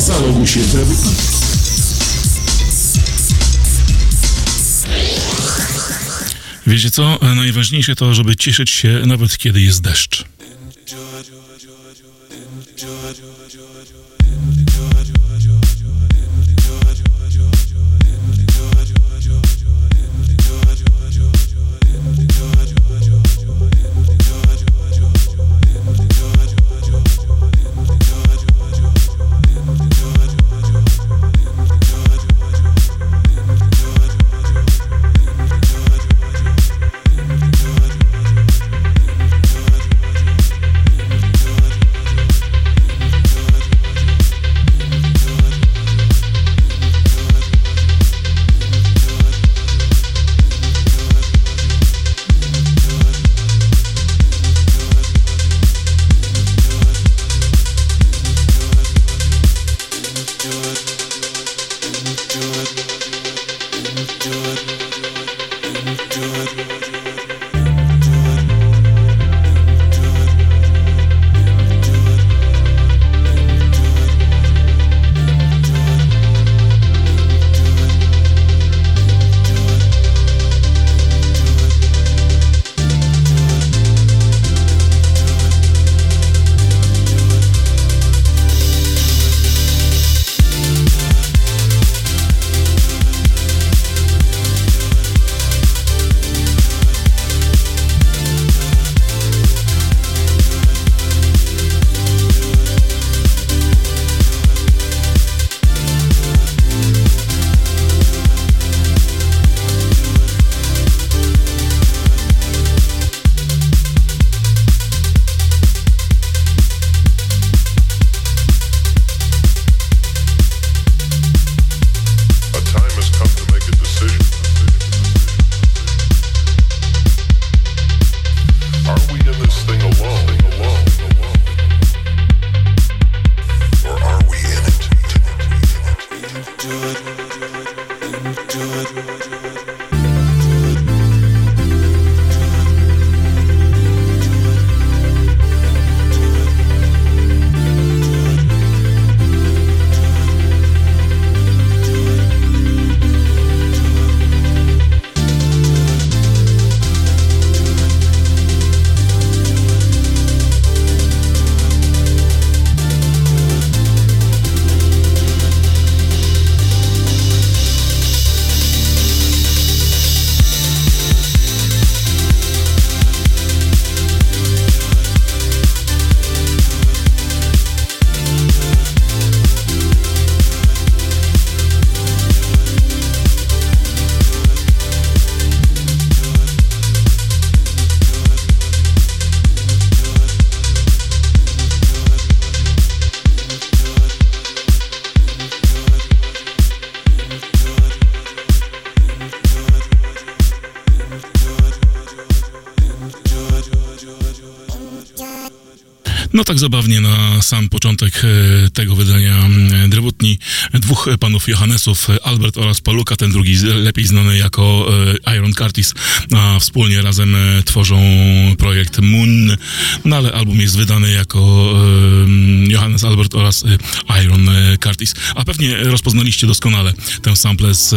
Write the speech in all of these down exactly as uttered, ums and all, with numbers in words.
salonu się drewutni. Wiecie co? Najważniejsze to, żeby cieszyć się nawet kiedy jest deszcz. No tak zabawnie na sam początek tego wydania Drewutni dwóch panów Johannesów, Albert oraz Paluka, ten drugi lepiej znany jako Iron Curtis, a wspólnie razem tworzą projekt Moon, no ale album jest wydany jako Johannes Albert oraz Iron Curtis. A pewnie rozpoznaliście doskonale tę samplę z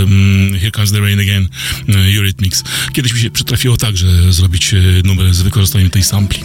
Here Comes the Rain Again, Eurythmics. Kiedyś mi się przytrafiło także zrobić numer z wykorzystaniem tej sampli.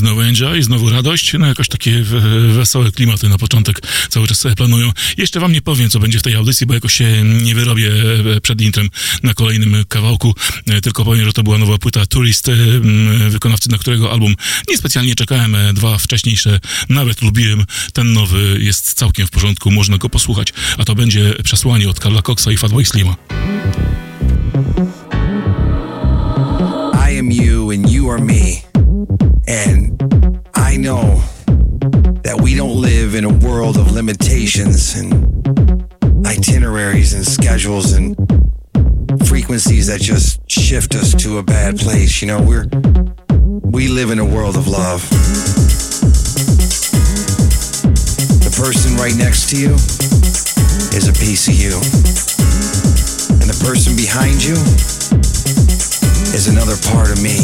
Znowu Enjoy, znowu radość, no jakoś takie wesołe klimaty na początek cały czas sobie planują. Jeszcze wam nie powiem, co będzie w tej audycji, bo jakoś się nie wyrobię przed intrem na kolejnym kawałku, tylko powiem, że to była nowa płyta Tourist, wykonawcy, na którego album niespecjalnie czekałem, dwa wcześniejsze nawet lubiłem, ten nowy jest całkiem w porządku, można go posłuchać, a to będzie przesłanie od Karla Coxa i Fatboy Slima. I am you and you are me, and I know that we don't live in a world of limitations and itineraries and schedules and frequencies that just shift us to a bad place. You know, we're we live in a world of love. The person right next to you is a piece of you, and the person behind you is another part of me.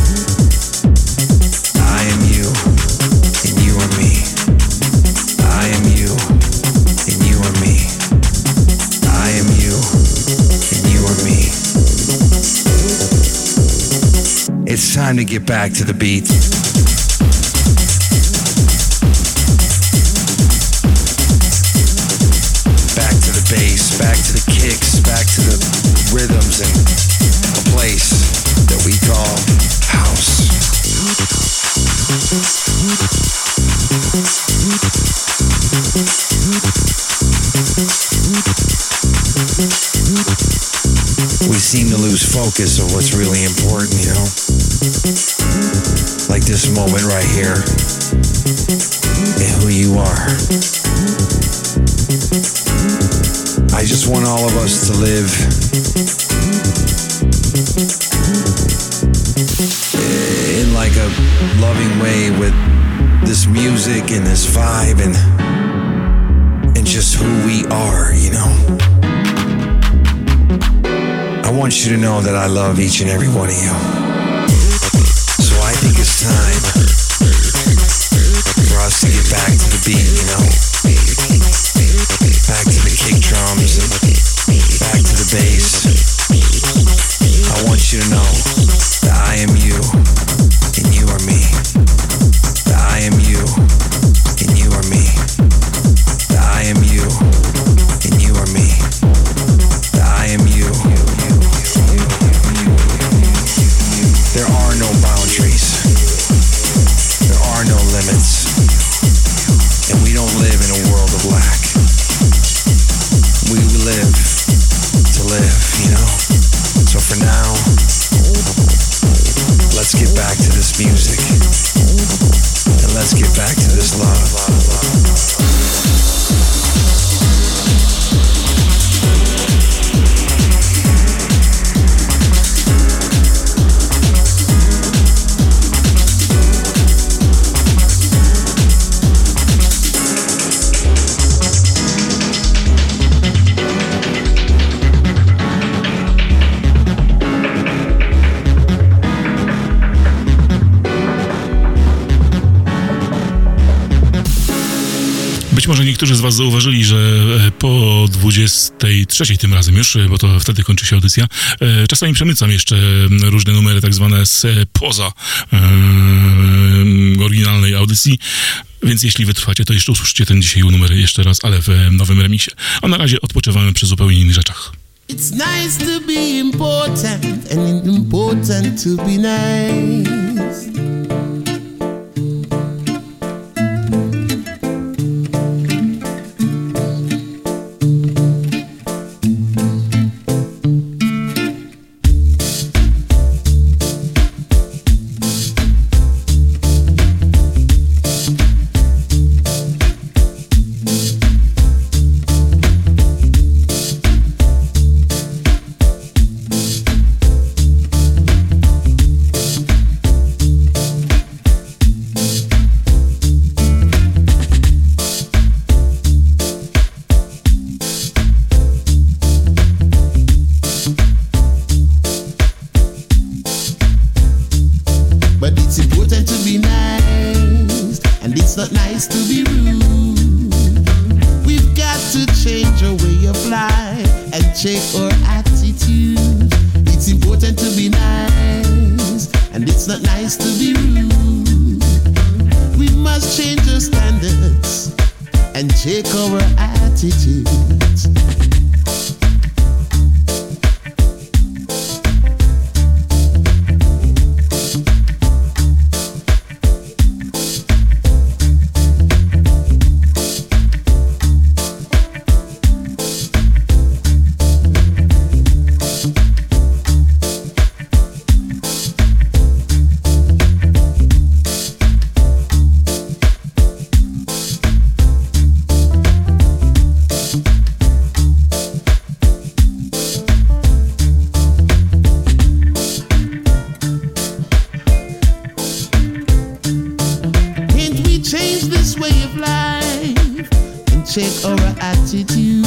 I am you, and you are me. I am you, and you are me. I am you, and you are me. It's time to get back to the beat. Back to the bass, back to the kicks, back to the rhythms and a place that we call house. We seem to lose focus of what's really important, you know? Like this moment right here, and who you are. I just want all of us to live in like a loving way with this music and this vibe and and just who we are, you know. I want you to know that I love each and every one of you. So I think it's time for us to get back to the beat, you know. Back to the kick drums and back to the bass. I want you to know that I am you and you are me. That I am you and you are me. That I am you and you are me. That I am you. There are no boundaries. There are no limits. And we don't live in a world of lack. We live to live, you know? So for now, let's get back to this music. And let's get back to this love. Być może niektórzy z was zauważyli, że po dwudziestej trzeciej tym razem już, bo to wtedy kończy się audycja, czasami przemycam jeszcze różne numery tak zwane spoza oryginalnej audycji, więc jeśli wytrwacie, to jeszcze usłyszycie ten dzisiaj numer jeszcze raz, ale w nowym remiksie. A na razie odpoczywamy przy zupełnie innych rzeczach. It's nice to be important and important to be nice. Shape or attitude. It's important to be nice, and it's not nice to be rude. must change our standards and take our attitudes. Check our attitude.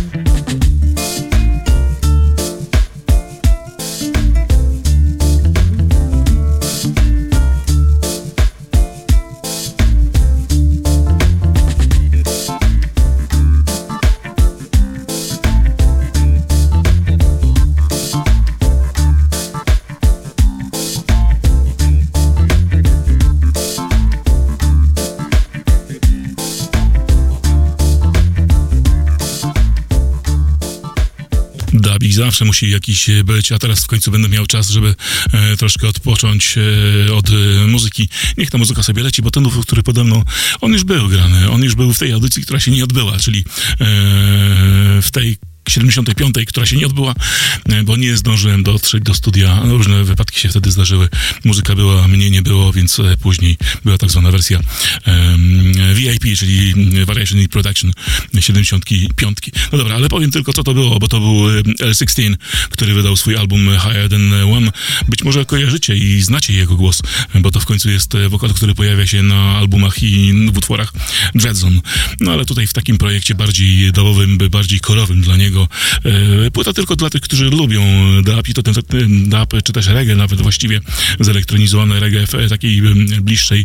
Dubik zawsze musi jakiś być, a teraz w końcu będę miał czas, żeby e, troszkę odpocząć e, od e, muzyki. Niech ta muzyka sobie leci, bo ten utwór, który pode mną, on już był grany, on już był w tej audycji, która się nie odbyła, czyli e, w tej siedemdziesiątej piątej, która się nie odbyła, bo nie zdążyłem dotrzeć do studia. Różne wypadki się wtedy zdarzyły. Muzyka była, mnie nie było, więc później była tak zwana wersja um, V I P, czyli Variation in Production siedemdziesiątej piątej. No dobra, ale powiem tylko, co to było, bo to był L szesnaście, który wydał swój album Higher Than One. Być może kojarzycie i znacie jego głos, bo to w końcu jest wokal, który pojawia się na albumach i w utworach Dreadzone. No ale tutaj w takim projekcie bardziej dobowym, bardziej korowym dla niego. Płyta tylko dla tych, którzy lubią dub i to ten dub, czy też reggae nawet właściwie, zelektronizowany reggae w takiej bliższej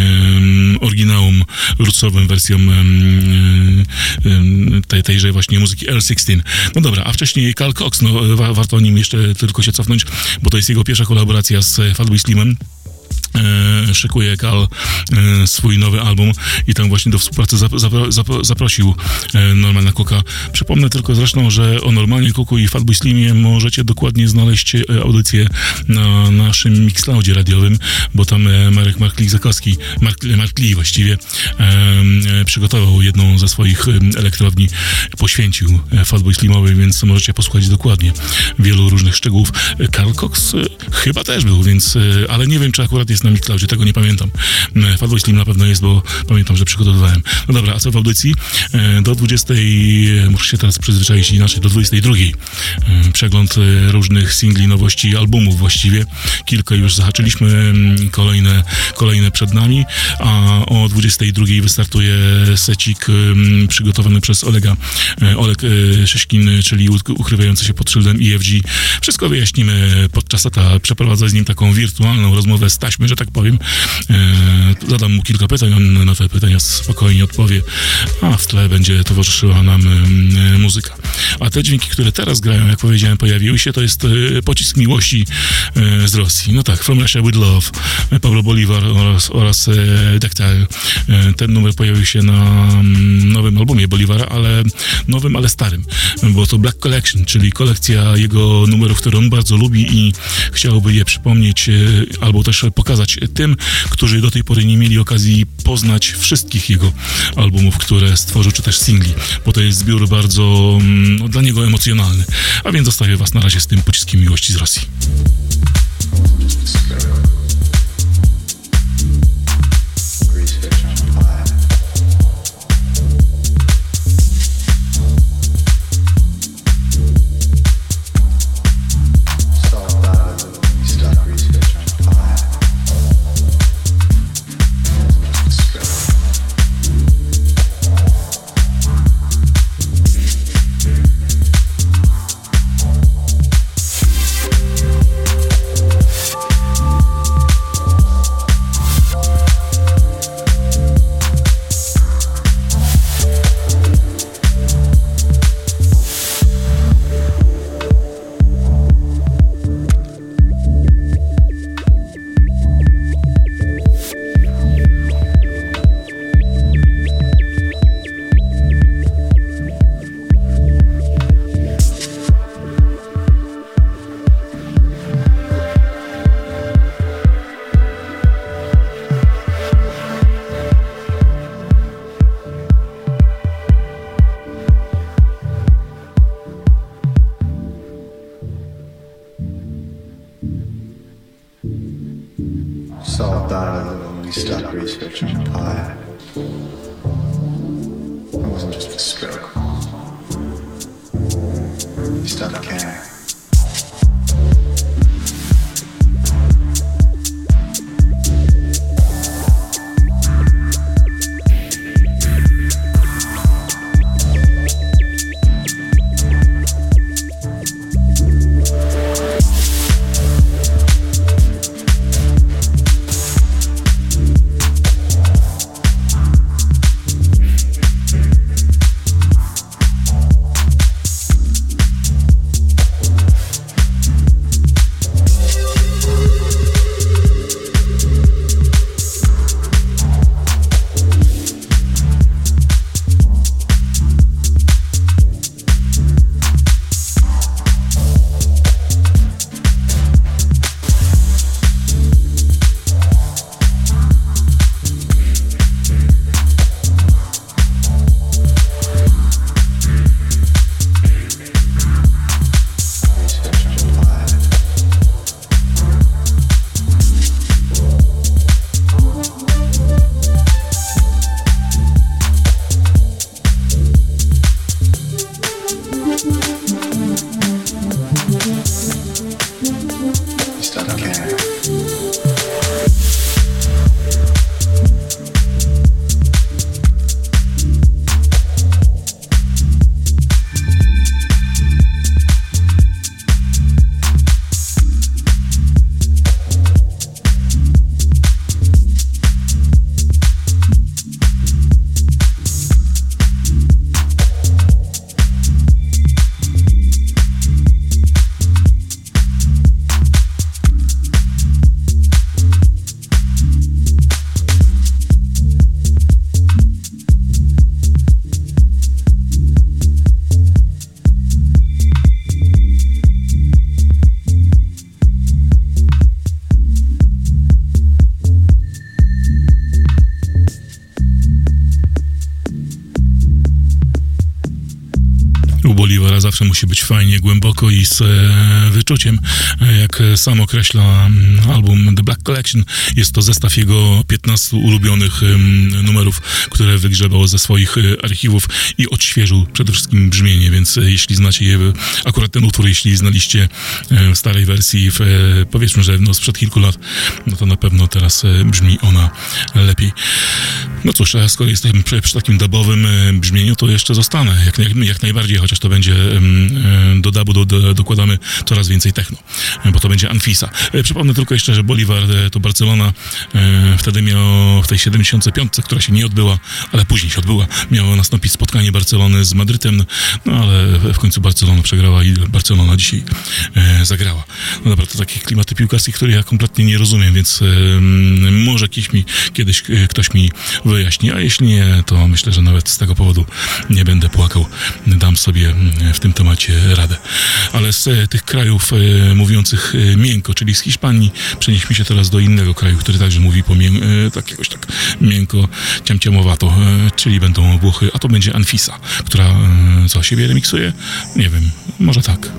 um, oryginałom, rootsowym wersjom um, tej, tejże właśnie muzyki L szesnaście. No dobra, a wcześniej Carl Cox, no wa- warto o nim jeszcze tylko się cofnąć, bo to jest jego pierwsza kolaboracja z Fatboy Slimem. E, szykuje Carl e, swój nowy album i tam właśnie do współpracy zap- zap- zap- zaprosił e, Normana Cooka. Przypomnę tylko zresztą, że o Normanie Cooku i Fatboy Slimie możecie dokładnie znaleźć e, audycję na naszym Mixcloudzie radiowym, bo tam e, Marek Marklik-Zakowski, Mark, Mark Lee właściwie e, e, przygotował jedną ze swoich e, elektrowni, poświęcił e, Fatboy Slimowi, więc możecie posłuchać dokładnie wielu różnych szczegółów. E, Carl Cox e, chyba też był, więc, e, ale nie wiem, czy akurat jest na Mixcloudzie, tego nie pamiętam. Fatboy Slim na pewno jest, bo pamiętam, że przygotowywałem. No dobra, a co w audycji? Do dwudziestej, muszę się teraz przyzwyczaić inaczej, do dwudziestej drugiej przegląd różnych singli, nowości, albumów właściwie. Kilka już zahaczyliśmy, kolejne, kolejne przed nami, a o dwudziestej drugiej wystartuje secik przygotowany przez Olega, Oleg Szyszkin, czyli ukrywający się pod szyldem E F G. Wszystko wyjaśnimy podczas lata. Przeprowadzę z nim taką wirtualną rozmowę z taśmy, że tak powiem. E, zadam mu kilka pytań, on na te pytania spokojnie odpowie, a w tle będzie towarzyszyła nam e, muzyka. A te dźwięki, które teraz grają, jak powiedziałem, pojawiły się, to jest e, Pocisk Miłości e, z Rosji. No tak, From Russia with Love, Pablo Bolivar oraz, oraz e, Dactyl. E, ten numer pojawił się na m, nowym albumie Bolivara, ale nowym, ale starym, bo to Black Collection, czyli kolekcja jego numerów, które on bardzo lubi i chciałby je przypomnieć, e, albo też pokazać tym, którzy do tej pory nie mieli okazji poznać wszystkich jego albumów, które stworzył, czy też singli, bo to jest zbiór bardzo no, dla niego emocjonalny. A więc zostawię was na razie z tym Pociskiem Miłości z Rosji. solved that a little when we stopped researching pi. It wasn't just a stroke. We stopped caring. Zawsze musi być fajnie, głęboko i z e, wyczuciem. Jak sam określa album The Black Collection, jest to zestaw jego piętnastu ulubionych e, numerów, które wygrzebał ze swoich e, archiwów i odświeżył przede wszystkim brzmienie, więc e, jeśli znacie je, akurat ten utwór, jeśli znaliście e, w starej wersji, w, e, powiedzmy, że no, sprzed kilku lat, no to na pewno teraz e, brzmi ona lepiej. No cóż, a skoro jesteśmy przy, przy takim dubowym e, brzmieniu, to jeszcze zostanę, jak, jak, jak najbardziej, chociaż to będzie do dubu do, do, dokładamy coraz więcej techno, bo to będzie Anfisa. Przypomnę tylko jeszcze, że Bolivar to Barcelona wtedy miał w tej siedemdziesiątej piątej, która się nie odbyła, ale później się odbyła, miało nastąpić spotkanie Barcelony z Madrytem, no ale w końcu Barcelona przegrała i Barcelona dzisiaj zagrała. No dobra, to takie klimaty piłkarskie, które ja kompletnie nie rozumiem, więc może jakiś mi, kiedyś ktoś mi wyjaśni, a jeśli nie, to myślę, że nawet z tego powodu nie będę płakał, dam sobie w tym temacie radę. Ale z tych krajów e, mówiących e, miękko, czyli z Hiszpanii, przenieśmy się teraz do innego kraju, który także mówi po mię- e, tak jakoś tak miękko, ciamciamowato, e, czyli będą Włochy, a to będzie Anfisa, która e, co, siebie remiksuje? Nie wiem, może tak.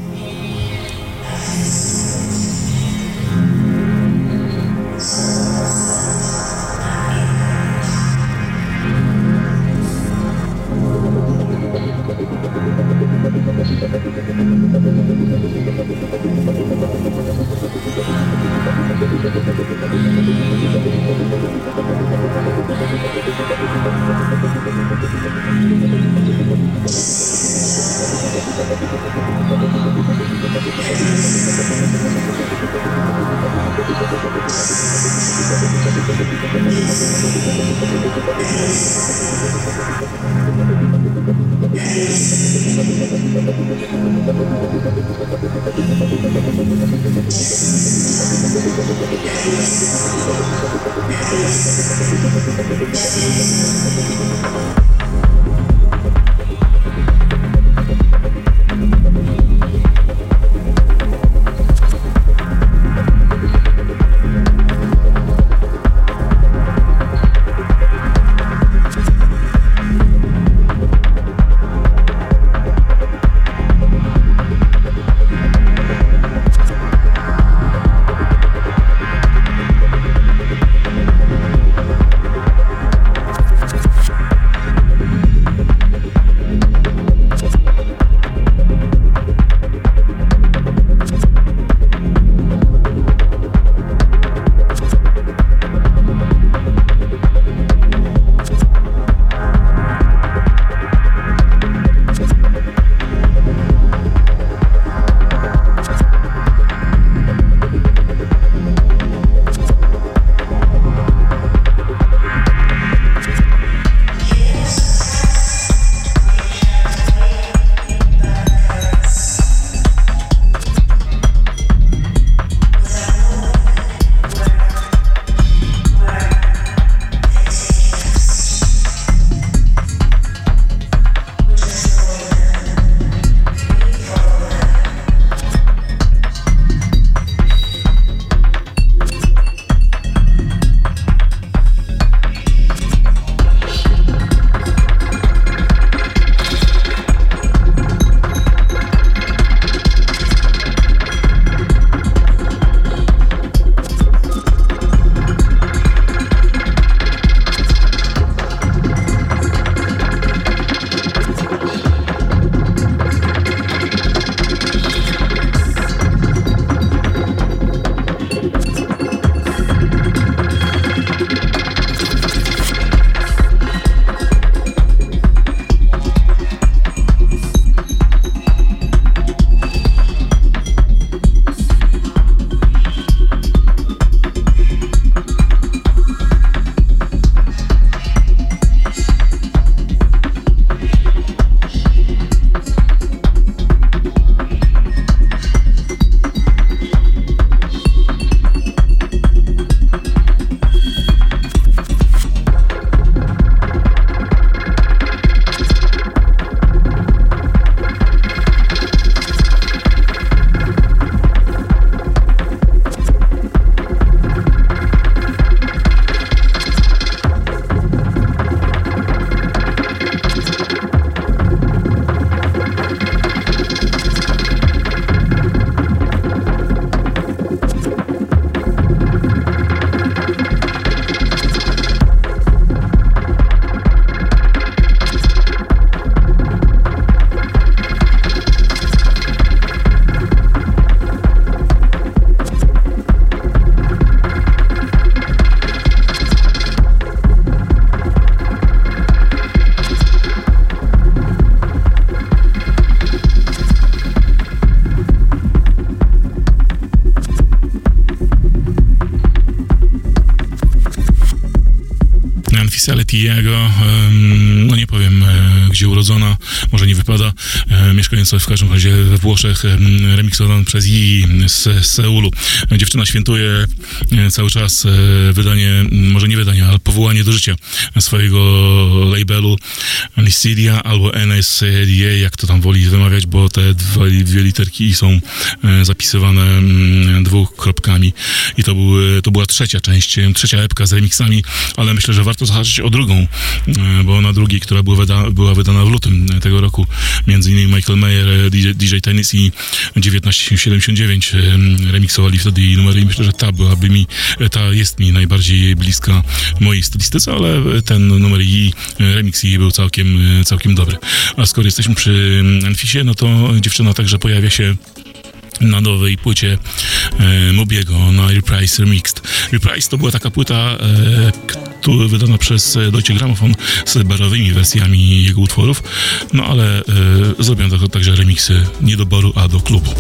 Memphisa Letiego, no nie powiem gdzie urodzona, może nie wypada, mieszkająca w każdym razie we Włoszech, remiksowany przez Yi z Seulu. Dziewczyna świętuje cały czas wydanie, może nie wydanie, ale powołanie do życia swojego labelu Lycidia albo N S D A, jak to tam woli wymawiać, bo te dwie, dwie literki są zapisywane dwóch kropkami i to, był, to była trzecia część, trzecia epka z remixami, ale myślę, że warto zahaczyć o drugą, bo na drugiej, która była, wyda, była wydana w lutym tego roku, między innymi Michael Mayer, D J, D J Tennis i dziewiętnaście siedemdziesiąt dziewięć remiksowali wtedy jej numery i myślę, że ta byłaby mi, ta jest mi najbardziej bliska mojej stylistyce, ale ten numer i remix jej był całkiem, całkiem dobry. A skoro jesteśmy przy Memphisie, no to dziewczyna także pojawia się na nowej płycie e, Mobiego, na Reprise Remixed. Reprise to była taka płyta, e, która wydana przez Deutsche Grammophon z barowymi wersjami jego utworów, no ale e, zrobiono także remiksy nie do baru, a do klubu.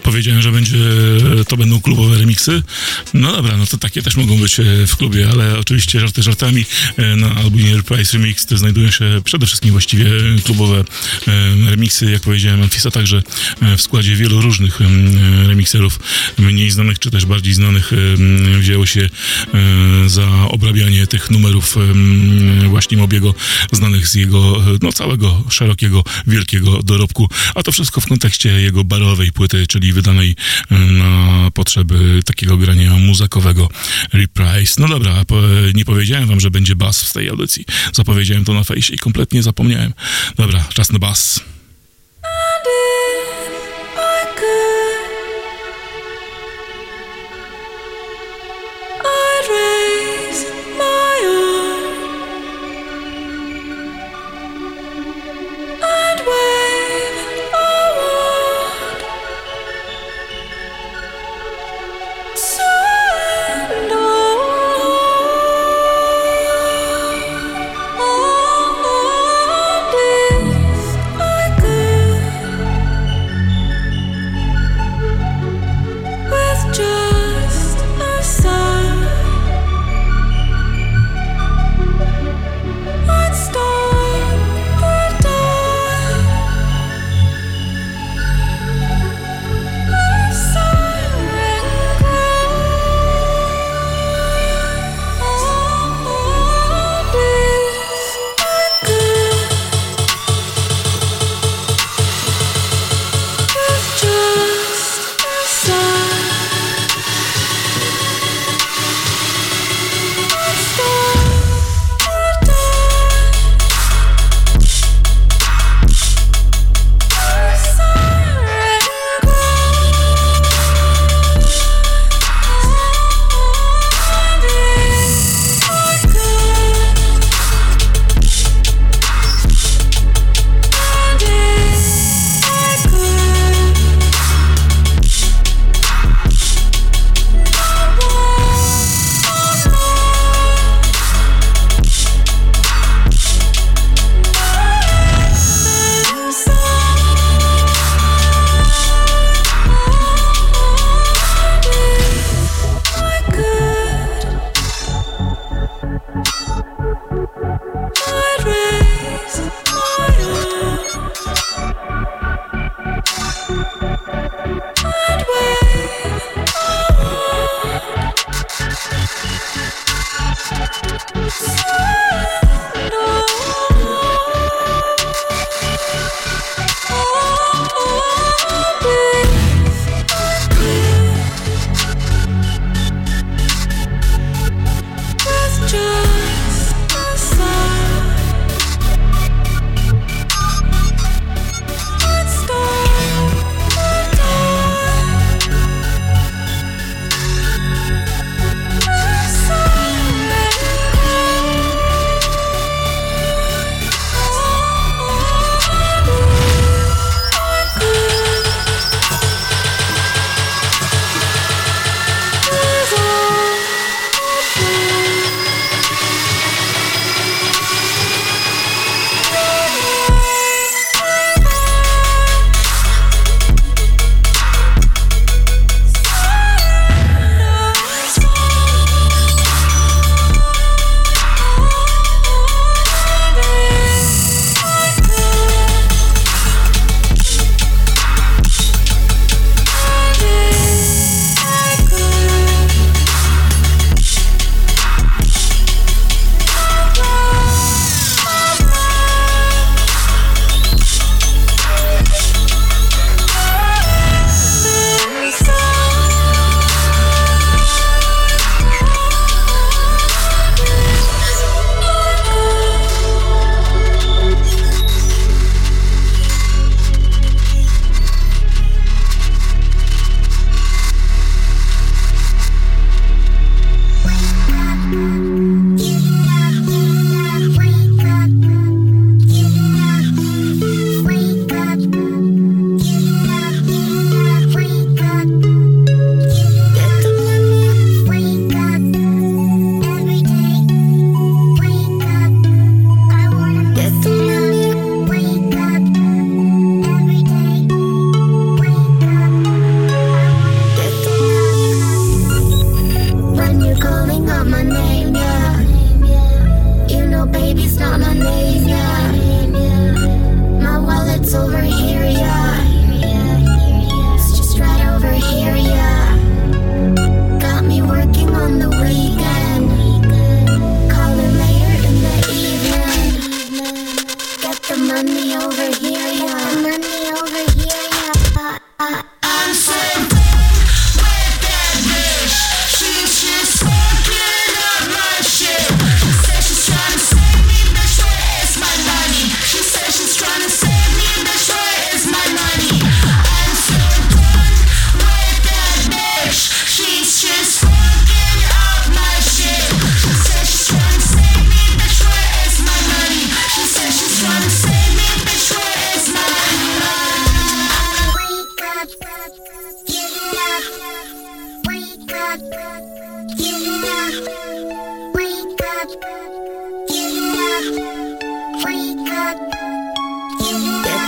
powiedziałem, że będzie, to będą klubowe remiksy. No dobra, no to takie też mogą być w klubie, ale oczywiście żarty żartami. Na albumie Reprise Remix to znajdują się przede wszystkim właściwie klubowe remiksy, jak powiedziałem, Anfisa także w składzie wielu różnych remikserów, mniej znanych czy też bardziej znanych, wzięło się za obrabianie tych numerów właśnie Mobiego, znanych z jego no, całego szerokiego, wielkiego dorobku, a to wszystko w kontekście jego barowej płyty, czyli wydanej na potrzeby takiego grania muzykowego Reprise. No dobra, nie powiedziałem wam, że będzie bas w tej audycji. Zapowiedziałem to na fejsie i kompletnie zapomniałem. Dobra, czas na bas. I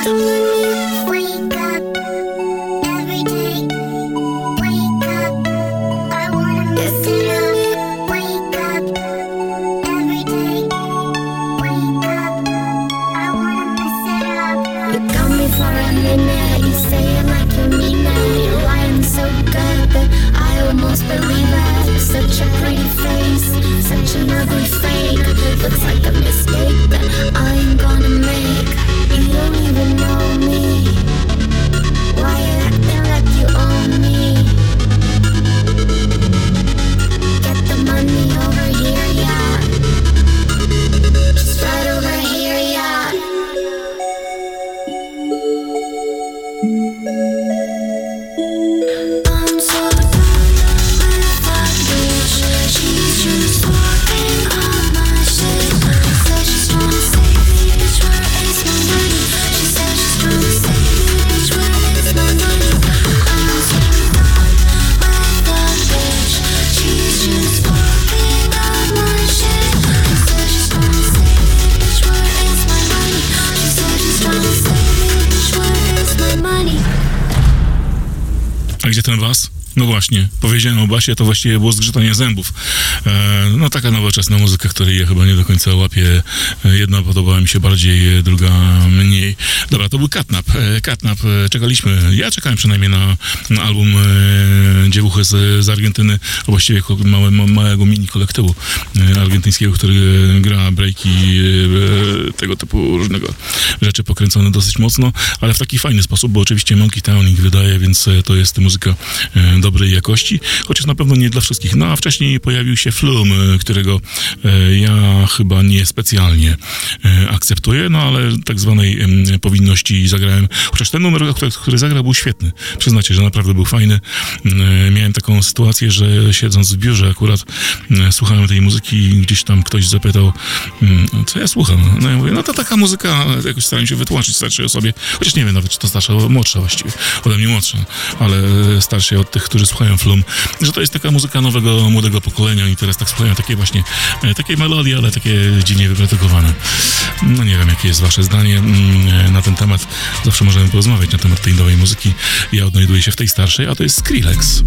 Ten was? No właśnie, powiedziałem o basie, to właściwie było zgrzytanie zębów. E, no taka nowoczesna muzyka, której ja chyba nie do końca łapię. Jedna podobała mi się bardziej, druga mniej. Dobra, to był Catnap. E, Catnap, e, czekaliśmy, ja czekałem przynajmniej na, na album e, dziewuchy z, z Argentyny, a właściwie małe, małego mini kolektywu e, argentyńskiego, który gra breaki, e, tego typu różnego rzeczy pokręcone dosyć mocno, ale w taki fajny sposób, bo oczywiście Monkey Town ich wydaje, więc to jest muzyka e, dobrej jakości, chociaż na pewno nie dla wszystkich. No a wcześniej pojawił się Flume, którego e, ja chyba nie specjalnie e, akceptuję, no ale tak zwanej e, powinności zagrałem. Chociaż ten numer, który, który zagrał, był świetny. Przyznacie, że naprawdę był fajny. E, miałem taką sytuację, że siedząc w biurze akurat e, słuchałem tej muzyki i gdzieś tam ktoś zapytał, e, co ja słucham. No ja mówię, no to taka muzyka, jakoś staram się wytłumaczyć starszej osobie, chociaż nie wiem nawet, czy to starsza, młodsza właściwie, ode mnie młodsza, ale starszej od tych, którzy słuchają Flume, że to jest taka muzyka nowego, młodego pokolenia i teraz tak słuchają takie właśnie, e, takie melodie, ale takie dziwnie wyprodukowane. No nie wiem, jakie jest wasze zdanie mm, na ten temat. Zawsze możemy porozmawiać na temat tej nowej muzyki. Ja odnajduję się w tej starszej, a to jest Skrillex.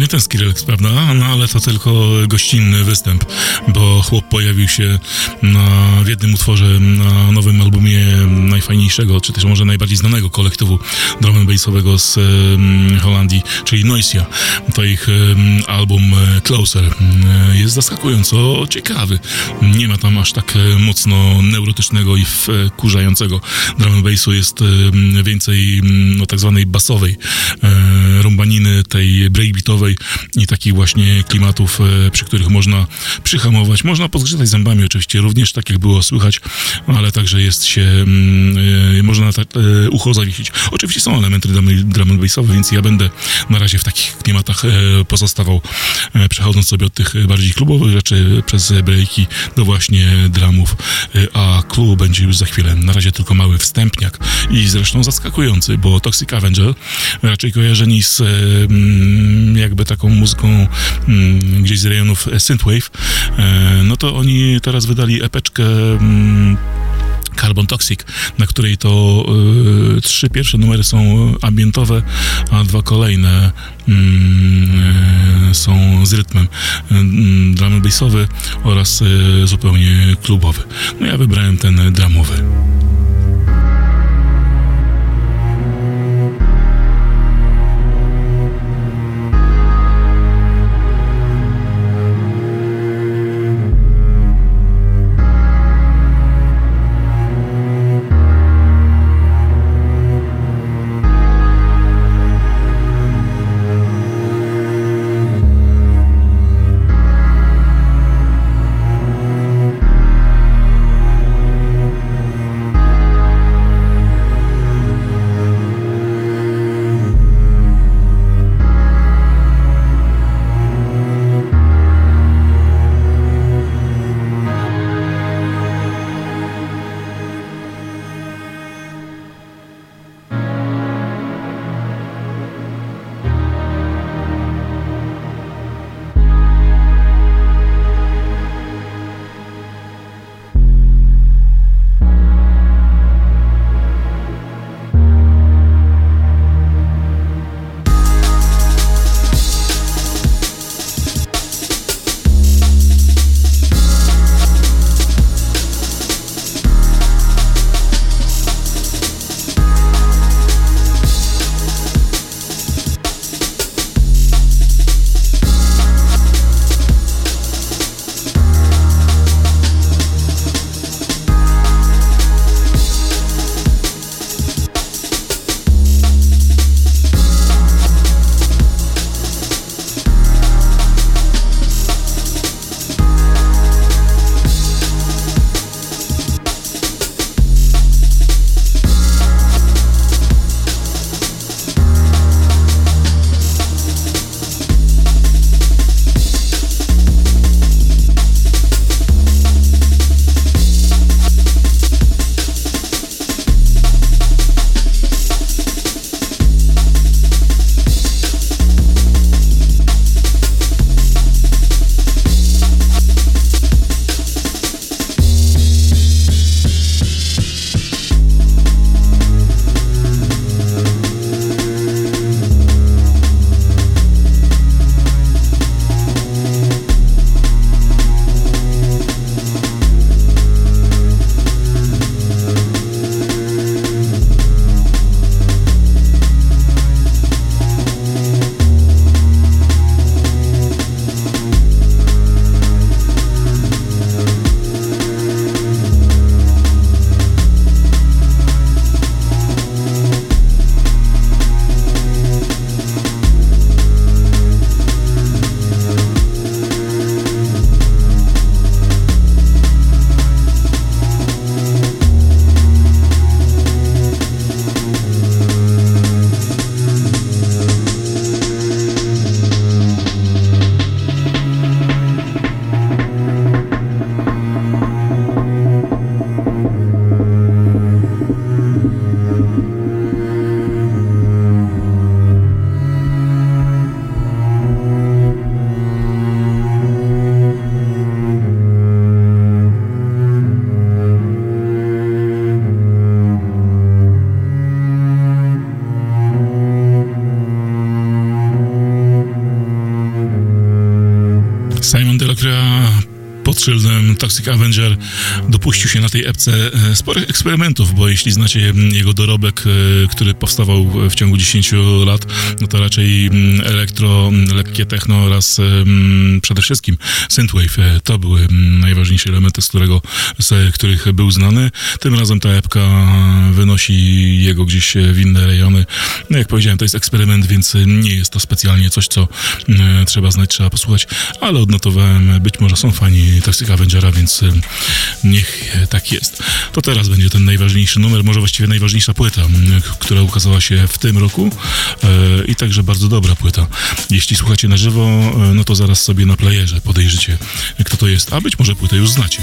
nie ten Skrillex, prawda? No ale to tylko gościnny występ, bo chłop pojawił się na, w jednym utworze na nowym albumie najfajniejszego, czy też może najbardziej znanego kolektywu drum and bassowego z um, Holandii, czyli Noisia. To ich um, album Closer jest zaskakująco ciekawy. Nie ma tam aż tak mocno neurotycznego i wkurzającego drum and bassu, jest um, więcej no, tak zwanej basowej e, rumbaniny, tej breakbeatowej i takich właśnie klimatów, e, przy których można przyhamować, można podgrzać zębami oczywiście, również tak jak było słychać, ale także jest się, e, można tak e, ucho zawiesić. Oczywiście są elementy drum and bassowe, więc ja będę na razie w takich klimatach e, pozostawał, e, przechodząc sobie od tych bardziej klubowych rzeczy przez breaki do właśnie dramów, e, a klub będzie już za chwilę. Na razie tylko mały wstępniak i zresztą zaskakujący, bo Toxic Avenger, raczej kojarzeni z mm, jakby taką muzyką mm, gdzieś z rejonów synthwave, e, no to oni teraz wydali epeczkę mm, Carbon Toxic, na której to y, trzy pierwsze numery są ambientowe, a dwa kolejne y, są z rytmem y, drum and bassowy oraz y, zupełnie klubowy. No ja wybrałem ten dramowy. szyldem Toxic Avenger dopuścił się na tej epce sporych eksperymentów, bo jeśli znacie jego dorobek, który powstawał w ciągu dziesięciu lat, no to raczej elektro, lekkie techno oraz przede wszystkim synthwave to były najważniejsze elementy, z, którego, z których był znany. Tym razem ta epka wynosi jego gdzieś w inne rejony. No jak powiedziałem, to jest eksperyment, więc nie jest to specjalnie coś, co e, trzeba znać, trzeba posłuchać, ale odnotowałem, być może są fani Toxic Avengera, więc e, niech tak jest. To teraz będzie ten najważniejszy numer, może właściwie najważniejsza płyta, m, która ukazała się w tym roku e, i także bardzo dobra płyta. Jeśli słuchacie na żywo, e, no to zaraz sobie na playerze podejrzycie, kto to jest, a być może płytę już znacie.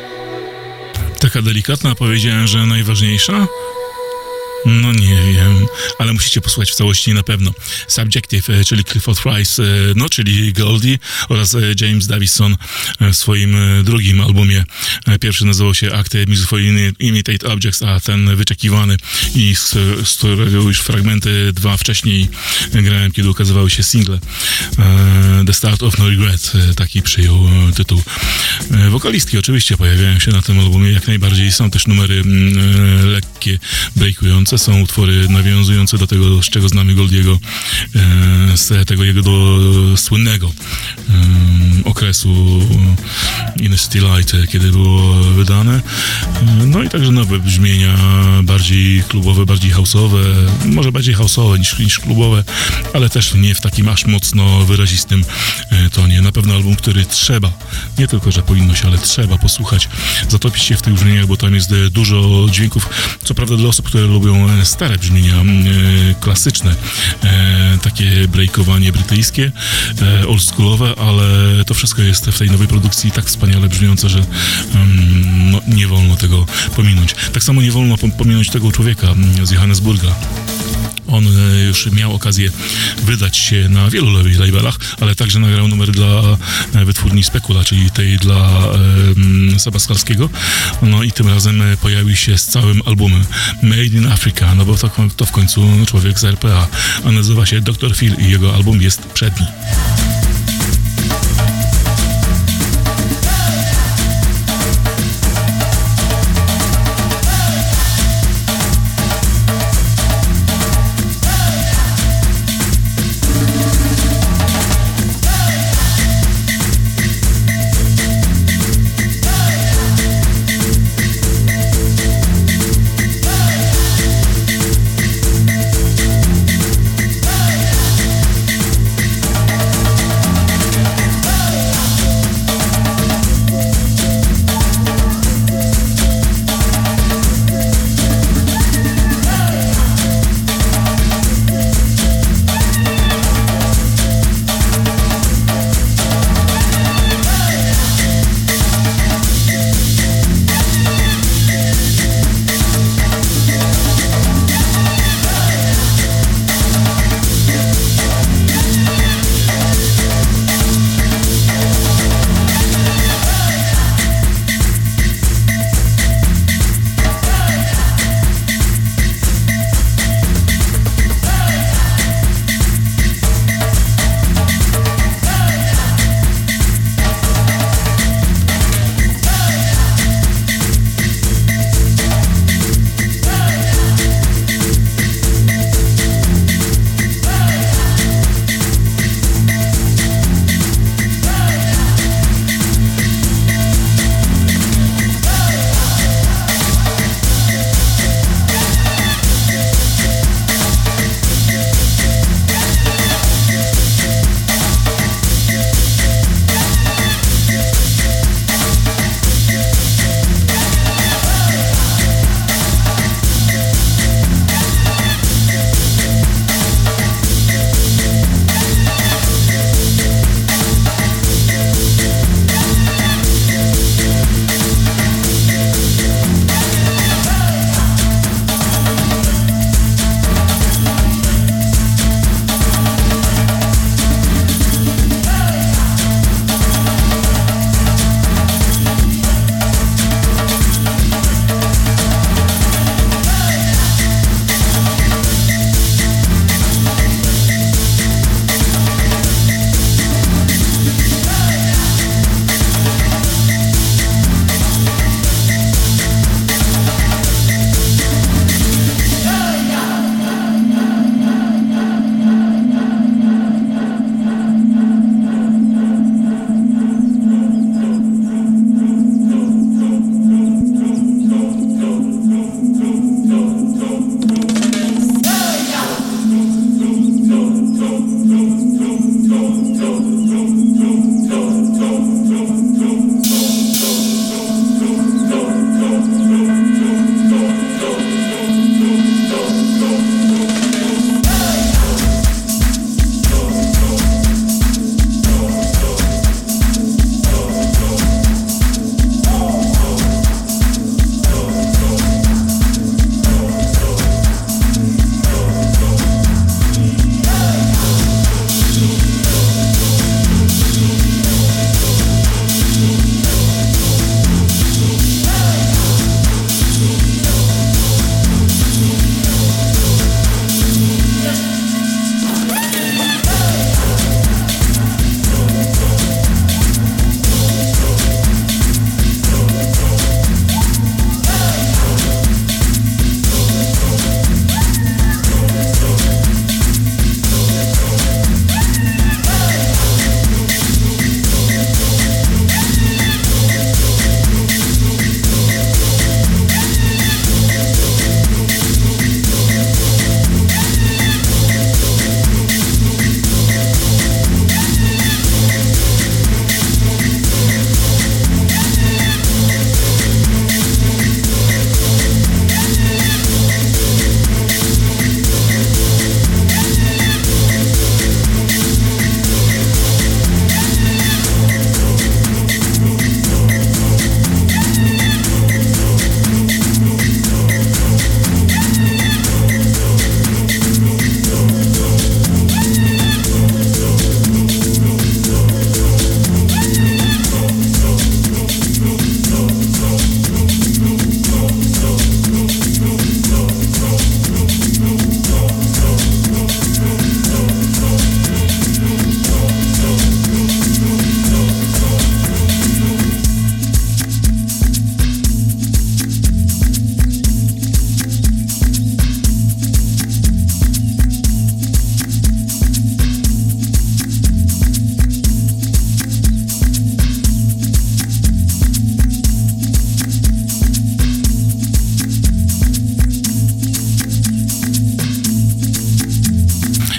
Taka delikatna, powiedziałem, że najważniejsza? No nie wiem. ale musicie posłuchać w całości na pewno. Subjective, czyli Clifford Fries, no czyli Goldie oraz James Davison w swoim drugim albumie. Pierwszy nazywał się Act Music for Imitate Objects, a ten wyczekiwany i z, z którego już fragmenty dwa wcześniej grałem, kiedy ukazywały się single. The Start of No Regret, taki przyjął tytuł. Wokalistki oczywiście pojawiają się na tym albumie, jak najbardziej. Są też numery lekkie, breakujące, są utwory nawiązujące do tego, z czego znamy Goldiego, z tego jego do słynnego okresu In the City Light, kiedy było wydane. No i także nowe brzmienia, bardziej klubowe, bardziej house'owe, może bardziej house'owe niż, niż klubowe, ale też nie w takim aż mocno wyrazistym tonie. Na pewno album, który trzeba, nie tylko, że powinno się, ale trzeba posłuchać, zatopić się w tych brzmieniach, bo tam jest dużo dźwięków, co prawda dla osób, które lubią stare brzmienia, klasyczne, takie breakowanie brytyjskie, oldschoolowe, ale to wszystko jest w tej nowej produkcji tak wspaniale brzmiące, że no, nie wolno tego pominąć. Tak samo nie wolno pominąć tego człowieka z Johannesburga. On już miał okazję wydać się na wielu labelach, ale także nagrał numer dla wytwórni Spekula, czyli tej dla e, Sabaskalskiego. No i tym razem pojawił się z całym albumem Made in Africa, no bo to, to w końcu człowiek z R P A, a nazywa się doktor Phil i jego album jest przedni.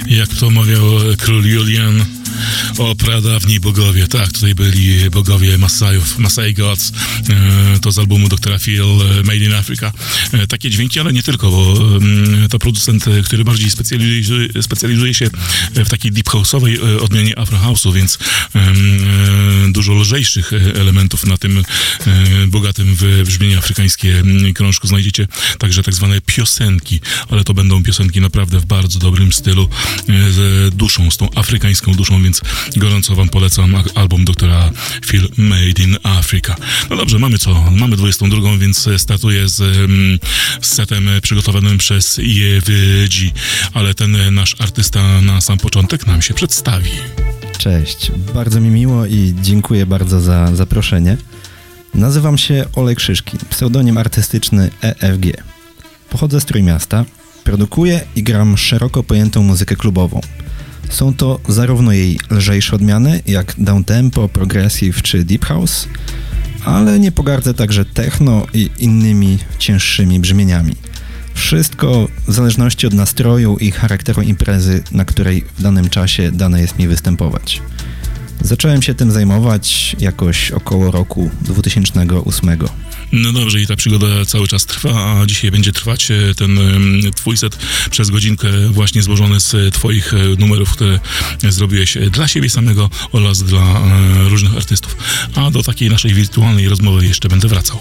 Jak to mawiał król Julian, o pradawni bogowie. Tak, tutaj byli bogowie Masajów, Masai Gods. To z albumu doktora Phil, Made in Africa. Takie dźwięki, ale nie tylko, bo to producent, który bardziej specjalizuje, specjalizuje się w takiej deep house'owej odmianie Afro House'u, więc dużo lżejszych elementów na tym bogatym w brzmienie afrykańskie krążku znajdziecie także tak zwane piosenki, ale to będą piosenki naprawdę w bardzo dobrym stylu, z duszą, z tą afrykańską duszą, więc gorąco wam polecam album doktora Phil, Made in Africa. No dobrze, mamy co? Mamy dwudziestą drugą, więc startuję z, z setem przygotowanym przez E V G, ale ten nasz artysta na sam początek nam się przedstawi. Cześć, bardzo mi miło i dziękuję bardzo za zaproszenie. Nazywam się Olej Krzyżki, pseudonim artystyczny E F G. Pochodzę z Trójmiasta, produkuję i gram szeroko pojętą muzykę klubową. Są to zarówno jej lżejsze odmiany, jak downtempo, progressive czy deep house, ale nie pogardzę także techno i innymi cięższymi brzmieniami. Wszystko w zależności od nastroju i charakteru imprezy, na której w danym czasie dane jest mi występować. Zacząłem się tym zajmować jakoś około roku dwutysięcznego ósmego. No dobrze, i ta przygoda cały czas trwa, a dzisiaj będzie trwać ten twój set przez godzinkę właśnie złożony z twoich numerów, które zrobiłeś dla siebie samego oraz dla różnych artystów. A do takiej naszej wirtualnej rozmowy jeszcze będę wracał.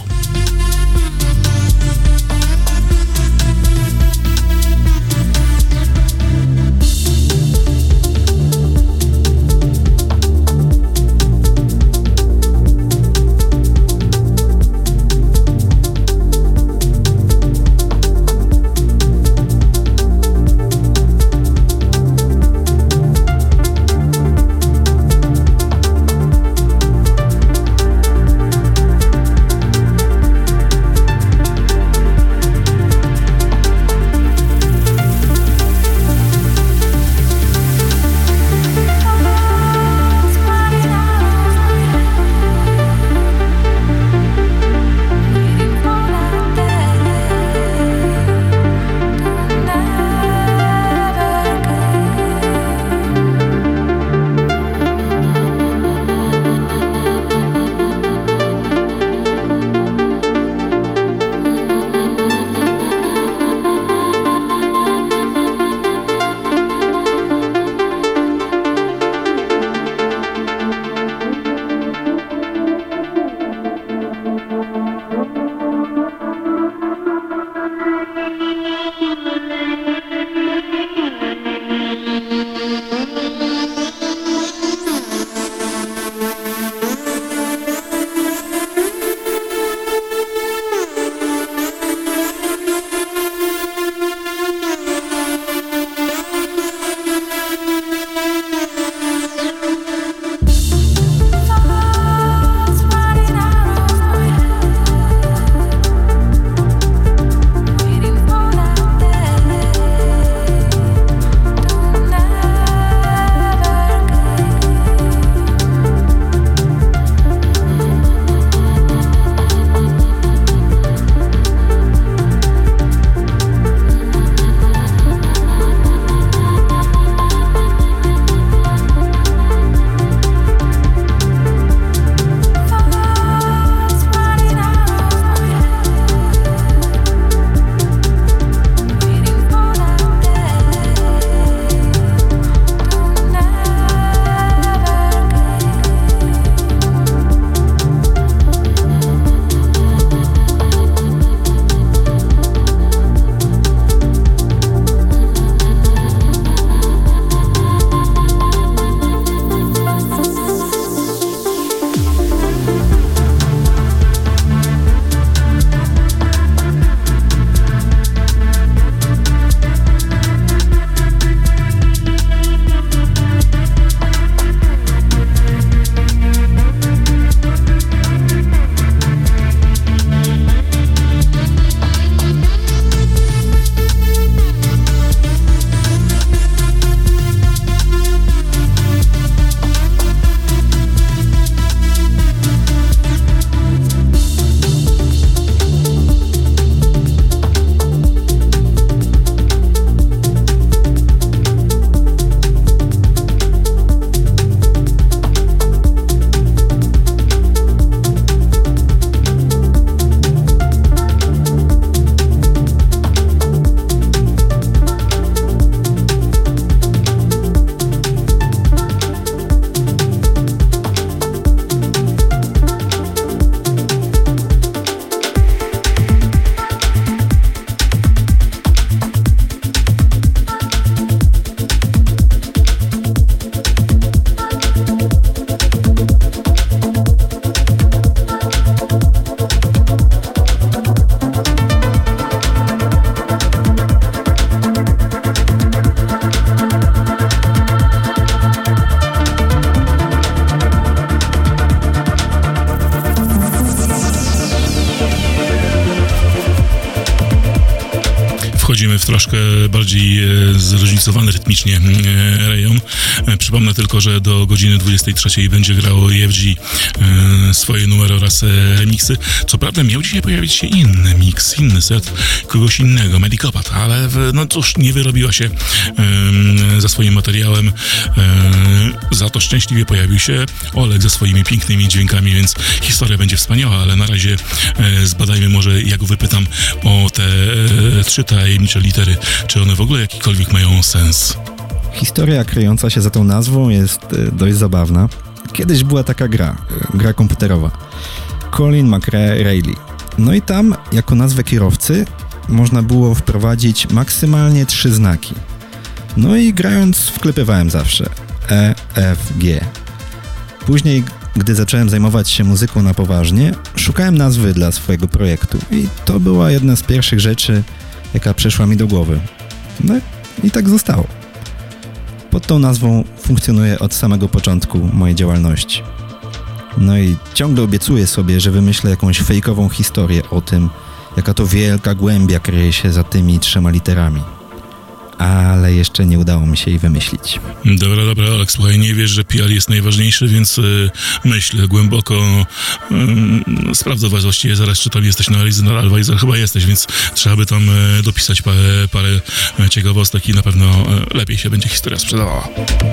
wchodzimy w troszkę bardziej zróżnicowany rytmicznie rejon. Przypomnę tylko, że do godziny dwudziestej trzeciej będzie grało E F G swoje numery oraz remiksy. Co prawda miał dzisiaj pojawić się inny mix, inny set, kogoś innego, Medicopat, ale no cóż, nie wyrobiła się za swoim materiałem. Za to szczęśliwie pojawił się Oleg ze swoimi pięknymi dźwiękami, więc historia będzie wspaniała, ale na razie zbadajmy może, jak wypytam o te trzy tajemnicze litery, czy one w ogóle jakikolwiek mają sens. Historia kryjąca się za tą nazwą jest dość zabawna. Kiedyś była taka gra, gra komputerowa, Colin McRae Rayleigh. No i tam jako nazwę kierowcy można było wprowadzić maksymalnie trzy znaki. No i grając wklepywałem zawsze E, F, G. Później, gdy zacząłem zajmować się muzyką na poważnie, szukałem nazwy dla swojego projektu i to była jedna z pierwszych rzeczy, jaka przyszła mi do głowy. No i tak zostało. Pod tą nazwą funkcjonuję od samego początku mojej działalności. No i ciągle obiecuję sobie, że wymyślę jakąś fejkową historię o tym, jaka to wielka głębia kryje się za tymi trzema literami. Ale jeszcze nie udało mi się jej wymyślić. Dobra, dobra, Olek, słuchaj, nie wiesz, że P R jest najważniejszy, więc y, myśl głęboko, y, sprawdzę właściwie, zaraz czy tam jesteś na Original Advisor, chyba jesteś, więc trzeba by tam y, dopisać parę, parę ciekawostek i na pewno y, lepiej się będzie historia sprzedawała.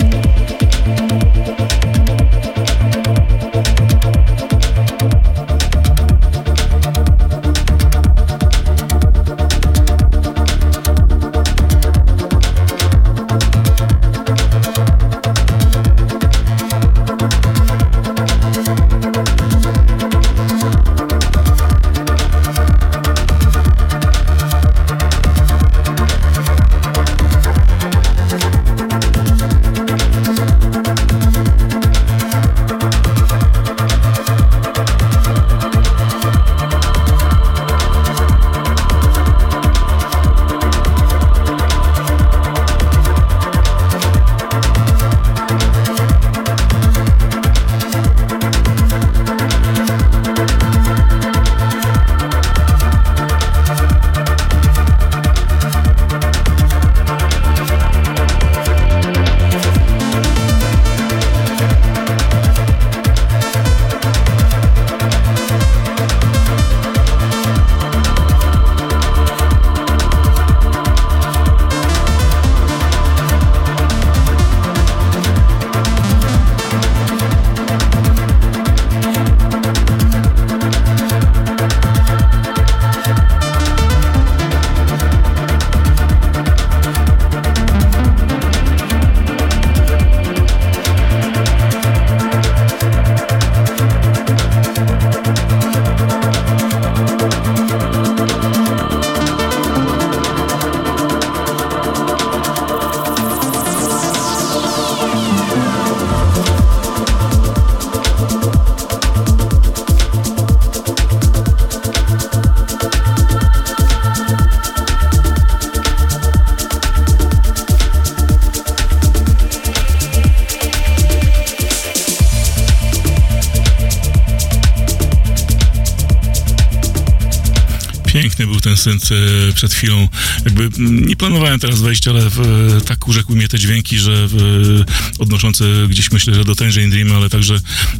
Piękny był ten synth przed chwilą. Jakby nie planowałem teraz wejść, ale w, tak urzekły mnie te dźwięki, że w, odnoszące gdzieś myślę, że do Tangerine Dream, ale także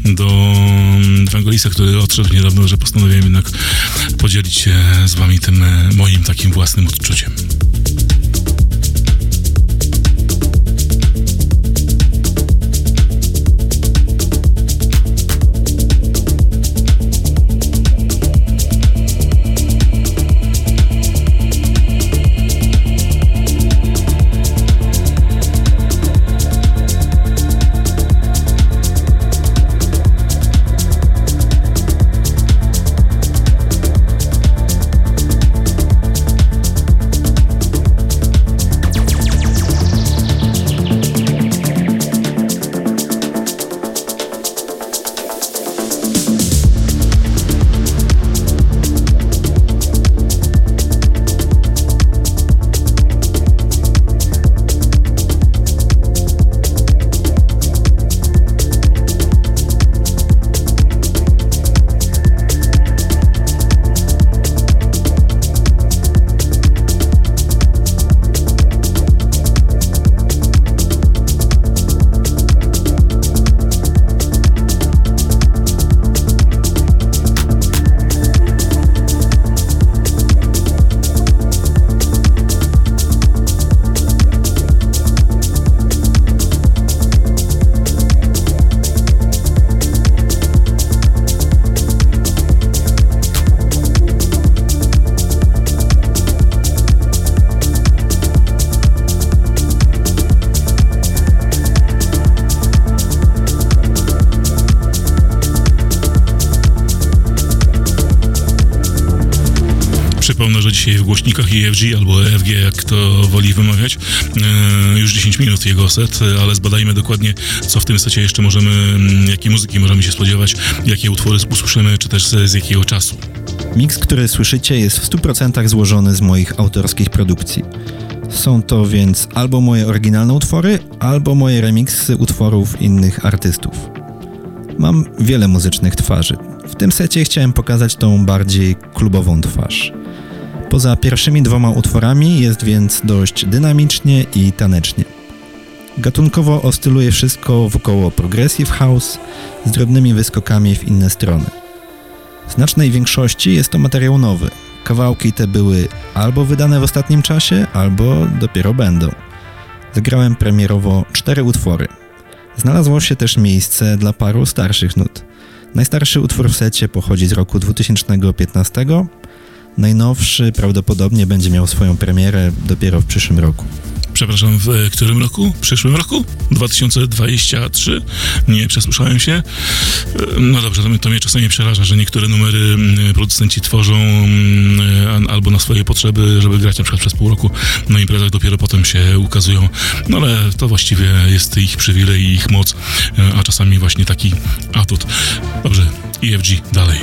do Wangolisa, który odszedł niedawno, że postanowiłem jednak podzielić się z wami tym moim takim własnym odczuciem. Przypomnę, że dzisiaj w głośnikach E F G albo E F G, jak kto woli wymawiać, e, już dziesięć minut jego set, ale zbadajmy dokładnie, co w tym secie jeszcze możemy, jakiej muzyki możemy się spodziewać, jakie utwory usłyszymy, czy też z, z jakiego czasu. Miks, który słyszycie, jest w stu procentach złożony z moich autorskich produkcji. Są to więc albo moje oryginalne utwory, albo moje remiksy utworów innych artystów. Mam wiele muzycznych twarzy. W tym secie chciałem pokazać tą bardziej klubową twarz. Poza pierwszymi dwoma utworami jest więc dość dynamicznie i tanecznie. Gatunkowo oscyluje wszystko wokoło progressive house z drobnymi wyskokami w inne strony. W znacznej większości jest to materiał nowy. Kawałki te były albo wydane w ostatnim czasie, albo dopiero będą. Zagrałem premierowo cztery utwory. Znalazło się też miejsce dla paru starszych nut. Najstarszy utwór w secie pochodzi z roku dwa tysiące piętnastego. Najnowszy prawdopodobnie będzie miał swoją premierę dopiero w przyszłym roku. Przepraszam, w którym roku? W przyszłym roku? dwa tysiące dwudziestym trzecim? Nie, przesłyszałem się. No dobrze, to mnie, to mnie czasami przeraża, że niektóre numery producenci tworzą albo na swoje potrzeby, żeby grać na przykład przez pół roku na imprezach, dopiero potem się ukazują. No ale to właściwie jest ich przywilej i ich moc, a czasami właśnie taki atut. Dobrze, E F G dalej.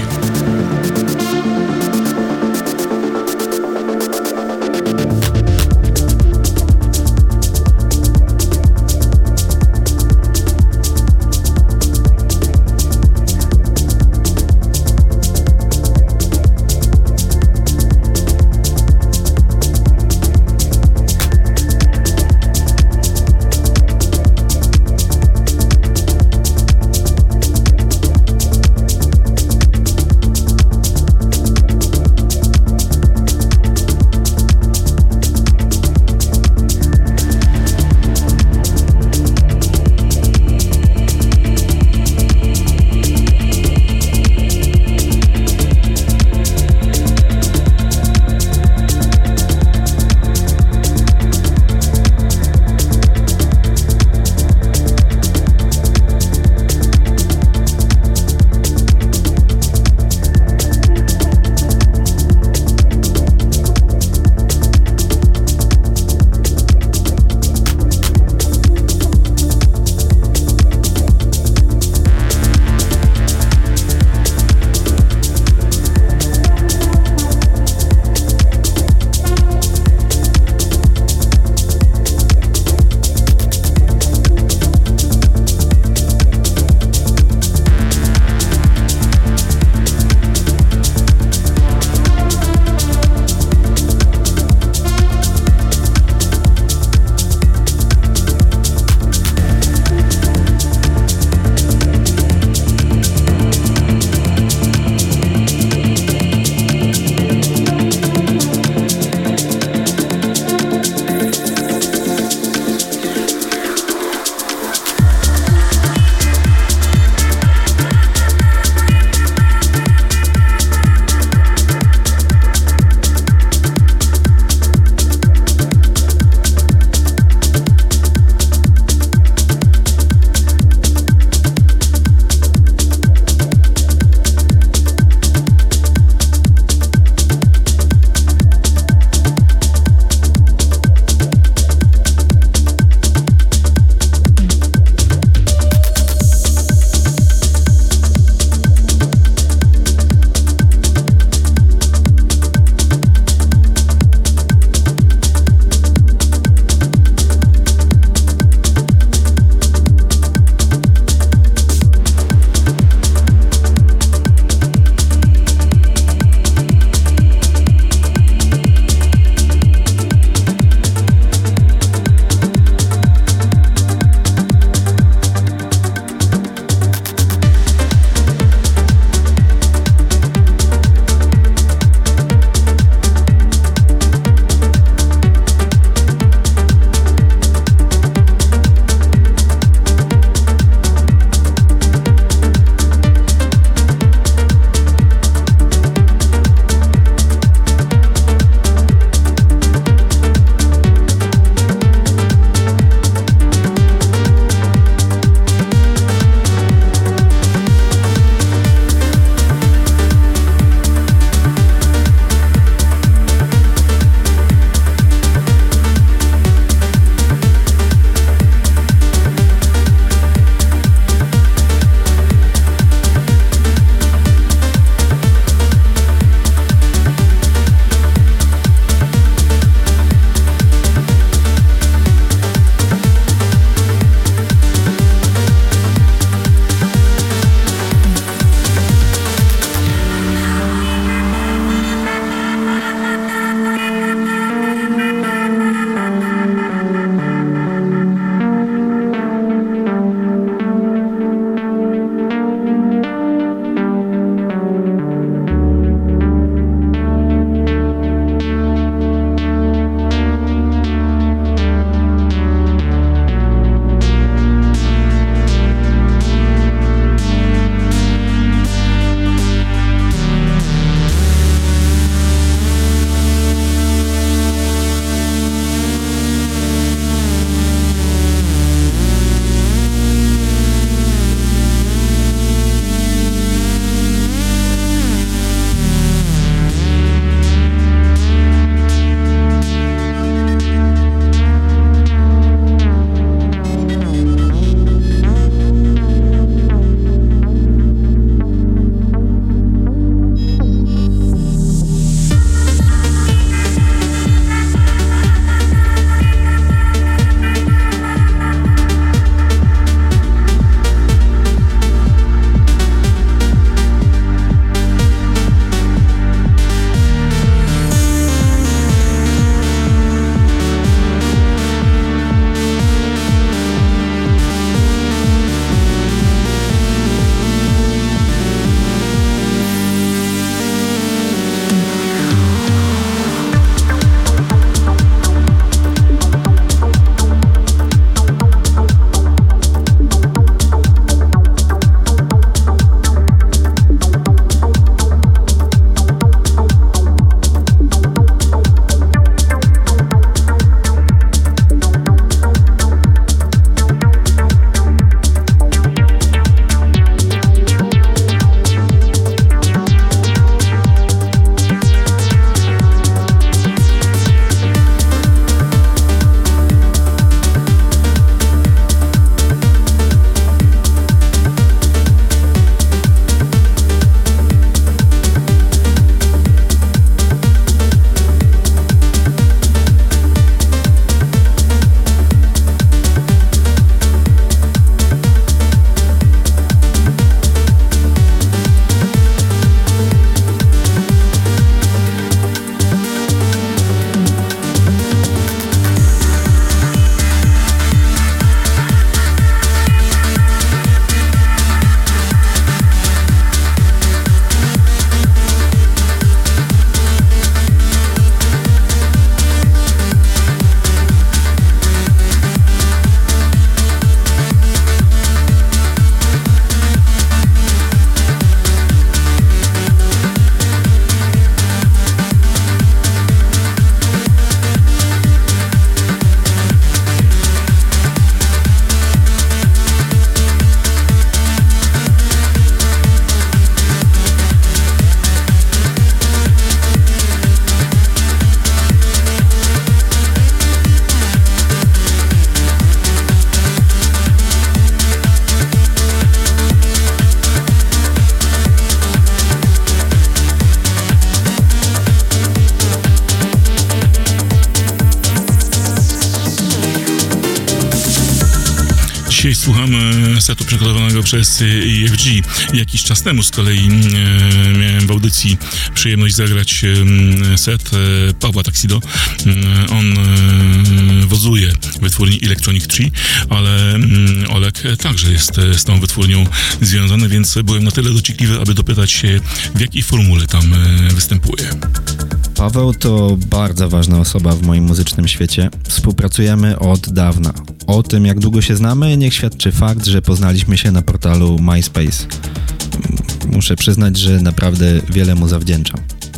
Dzisiaj słucham setu przygotowanego przez E F G. Jakiś czas temu z kolei miałem w audycji przyjemność zagrać set Pawła Taxido. On wozuje wytwórni Electronic Tree, ale Olek także jest z tą wytwórnią związany, więc byłem na tyle dociekliwy, aby dopytać się, w jakiej formule tam występuje. Paweł to bardzo ważna osoba w moim muzycznym świecie. Współpracujemy od dawna. O tym, jak długo się znamy, niech świadczy fakt, że poznaliśmy się na portalu MySpace. Muszę przyznać, że naprawdę wiele mu zawdzięczam.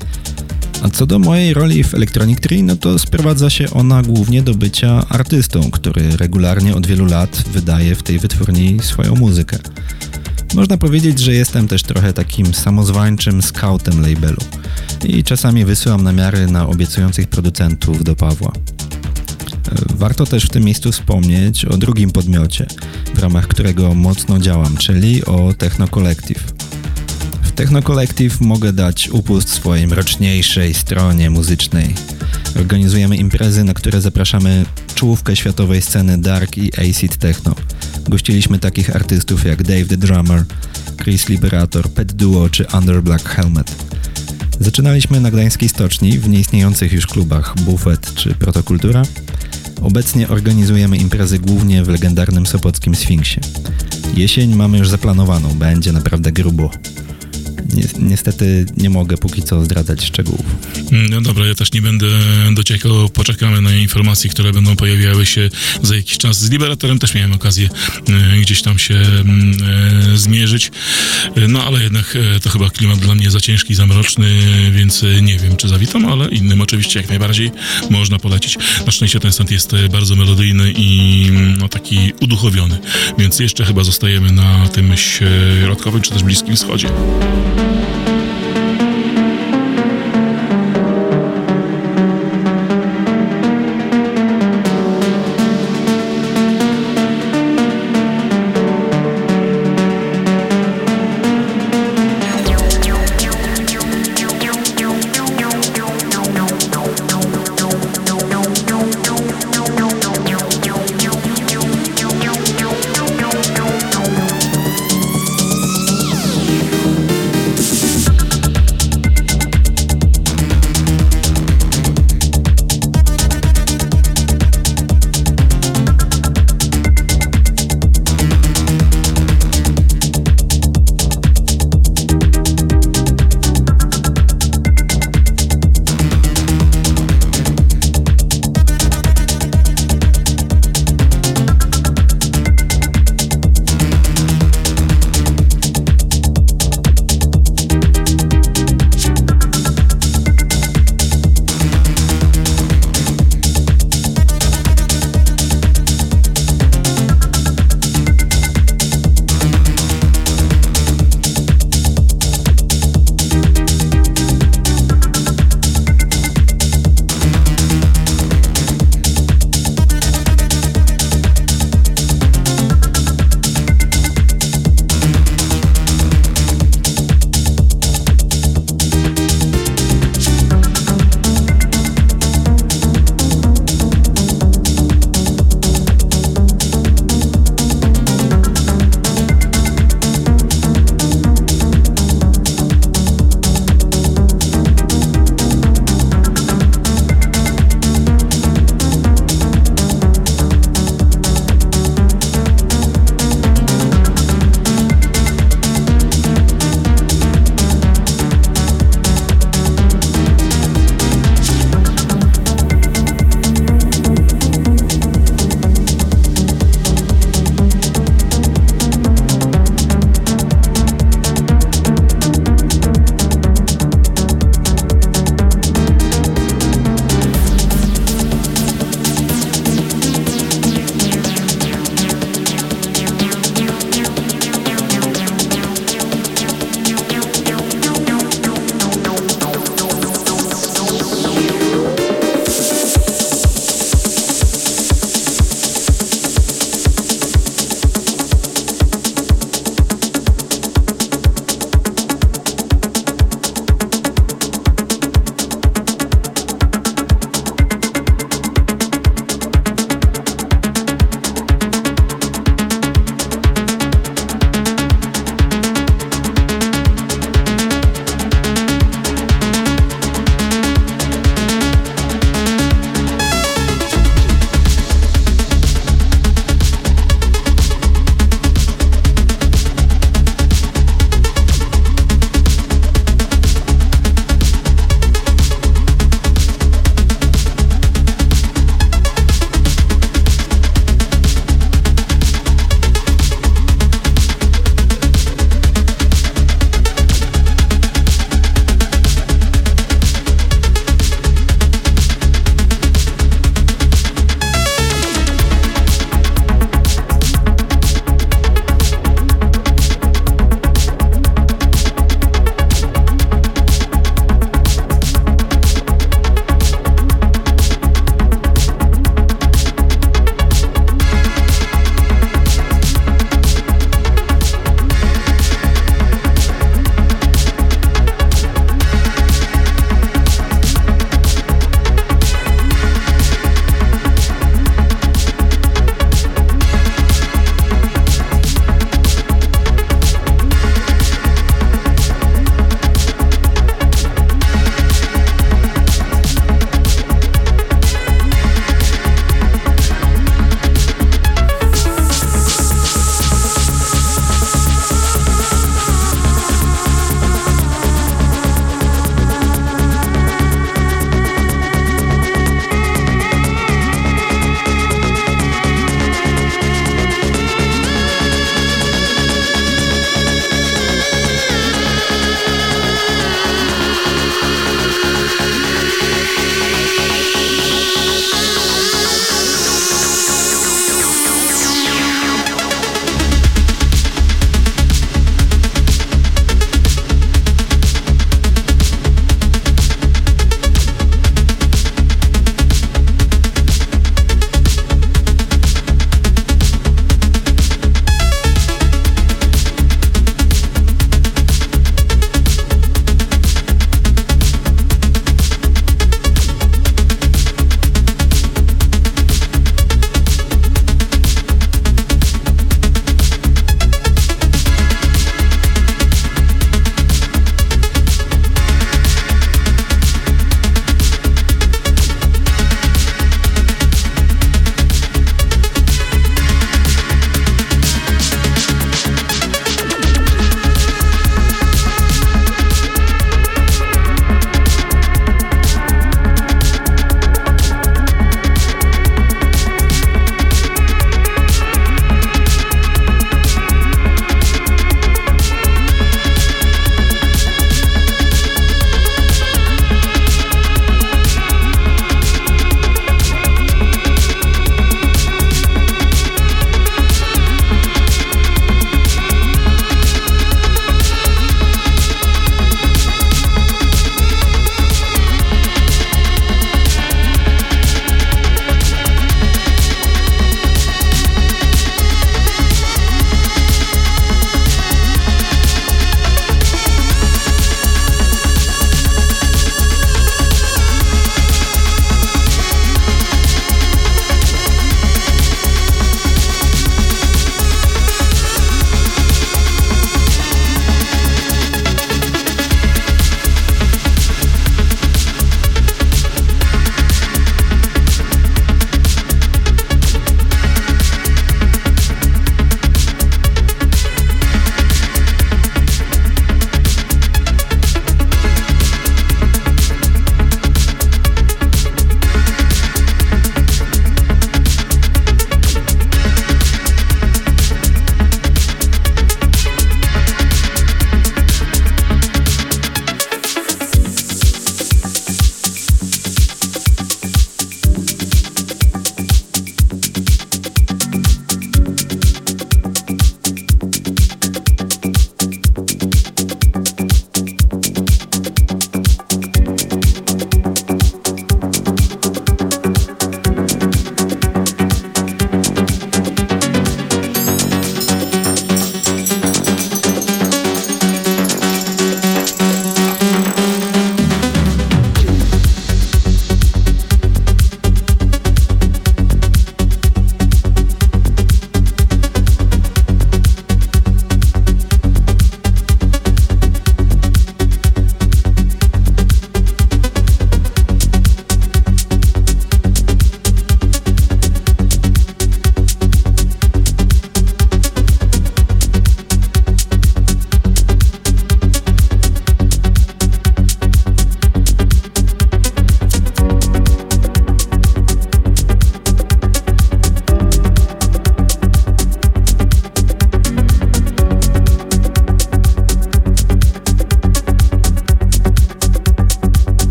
A co do mojej roli w Electronic Tree, no to sprowadza się ona głównie do bycia artystą, który regularnie od wielu lat wydaje w tej wytwórni swoją muzykę. Można powiedzieć, że jestem też trochę takim samozwańczym scoutem labelu i czasami wysyłam namiary na obiecujących producentów do Pawła. Warto też w tym miejscu wspomnieć o drugim podmiocie, w ramach którego mocno działam, czyli o Techno Collective. W Techno Collective mogę dać upust swojej mroczniejszej stronie muzycznej. Organizujemy imprezy, na które zapraszamy czołówkę światowej sceny dark i acid techno. Gościliśmy takich artystów jak Dave the Drummer, Chris Liberator, Pet Duo czy Under Black Helmet. Zaczynaliśmy na gdańskiej stoczni w nieistniejących już klubach Buffet czy Protokultura. Obecnie organizujemy imprezy głównie w legendarnym sopockim Sfinksie. Jesień mamy już zaplanowaną, będzie naprawdę grubo. Niestety nie mogę póki co zdradzać szczegółów. No dobra, ja też nie będę dociekał, poczekamy na informacje, które będą pojawiały się za jakiś czas. Z Liberatorem też miałem okazję e, gdzieś tam się e, zmierzyć, no ale jednak e, to chyba klimat dla mnie za ciężki, za mroczny, więc nie wiem, czy zawitam, ale innym oczywiście jak najbardziej można polecić. Na szczęście ten set jest bardzo melodyjny i no, taki uduchowiony, więc jeszcze chyba zostajemy na tym środkowym, czy też Bliskim Wschodzie.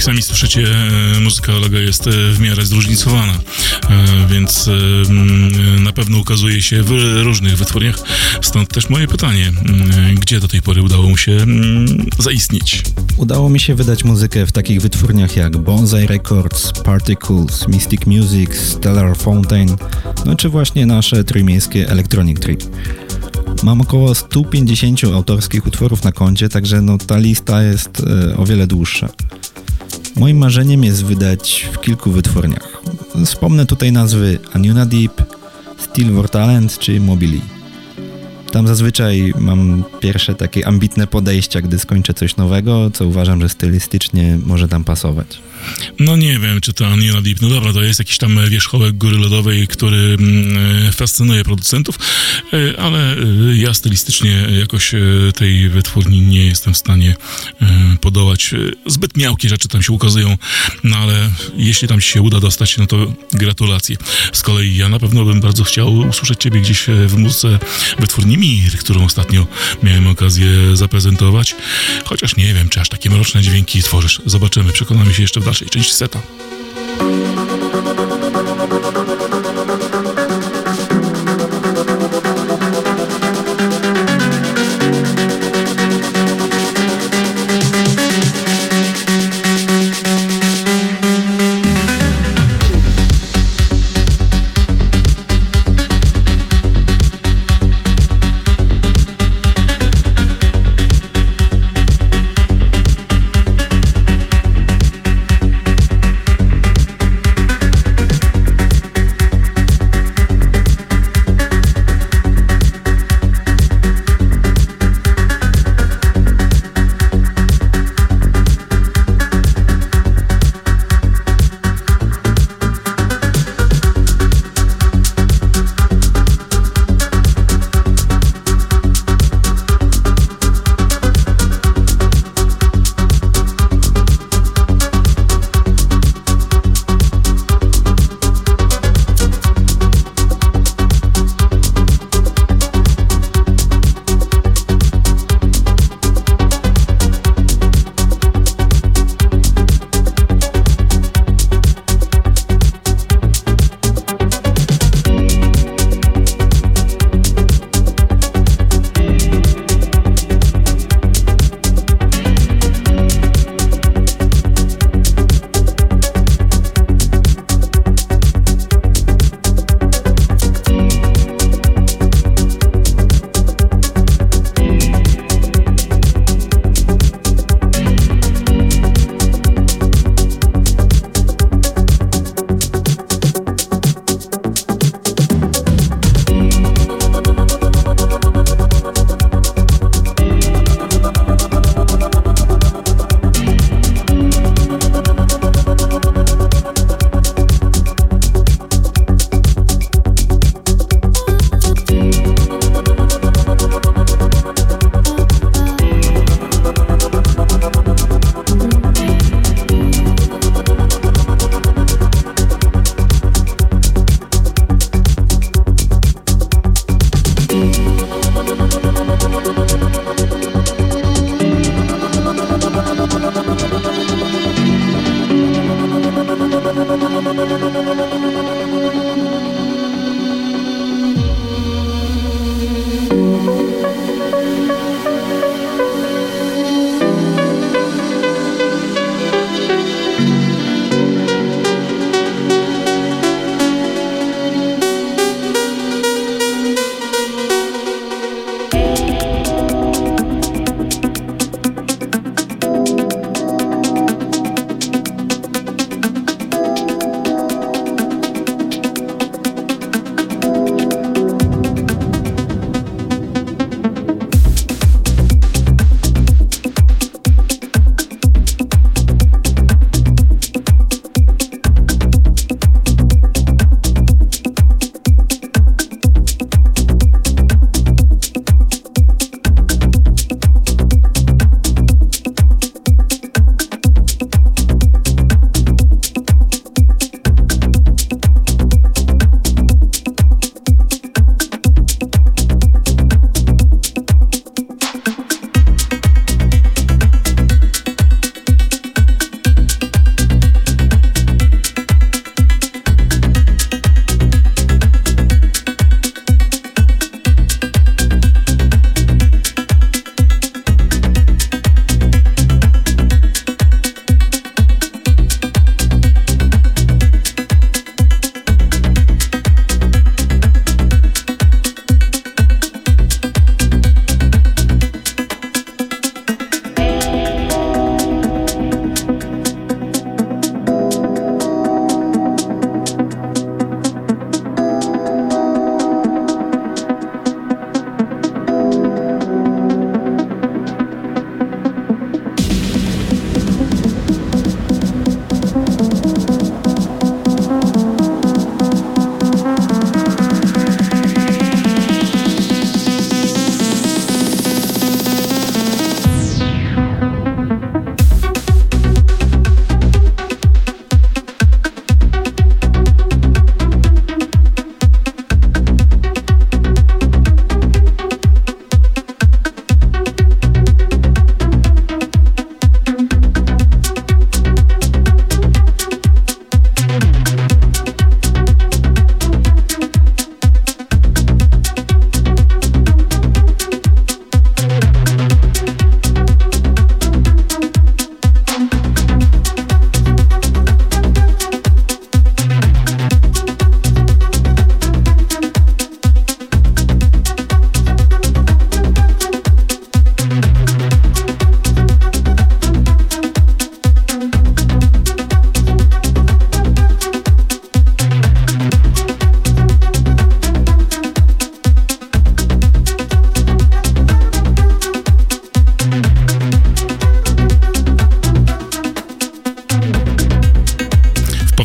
Jak sami słyszycie, muzyka Olega jest w miarę zróżnicowana, więc na pewno ukazuje się w różnych wytwórniach. Stąd też moje pytanie, gdzie do tej pory udało mu się zaistnieć? Udało mi się wydać muzykę w takich wytwórniach jak Bonsai Records, Particles, Mystic Music, Stellar Fountain, no czy właśnie nasze trójmiejskie Electronic Tree. Mam około sto pięćdziesiąt autorskich utworów na koncie, także no ta lista jest e, o wiele dłuższa. Moim marzeniem jest wydać w kilku wytwórniach. Wspomnę tutaj nazwy Anjuna Deep, Steel Talent czy Mobili. Tam zazwyczaj mam pierwsze takie ambitne podejścia, gdy skończę coś nowego, co uważam, że stylistycznie może tam pasować. No nie wiem, czy to Anjuna Deep, no dobra, to jest jakiś tam wierzchołek góry lodowej, który mm, fascynuje producentów, ale ja stylistycznie jakoś tej wytwórni nie jestem w stanie podołać. Zbyt miałkie rzeczy tam się ukazują, no ale jeśli tam ci się uda dostać, no to gratulacje. Z kolei ja na pewno bym bardzo chciał usłyszeć ciebie gdzieś w muzyce wytwórni Mir, którą ostatnio miałem okazję zaprezentować, chociaż nie wiem, czy aż takie mroczne dźwięki tworzysz. Zobaczymy, przekonamy się jeszcze w dalszej części seta.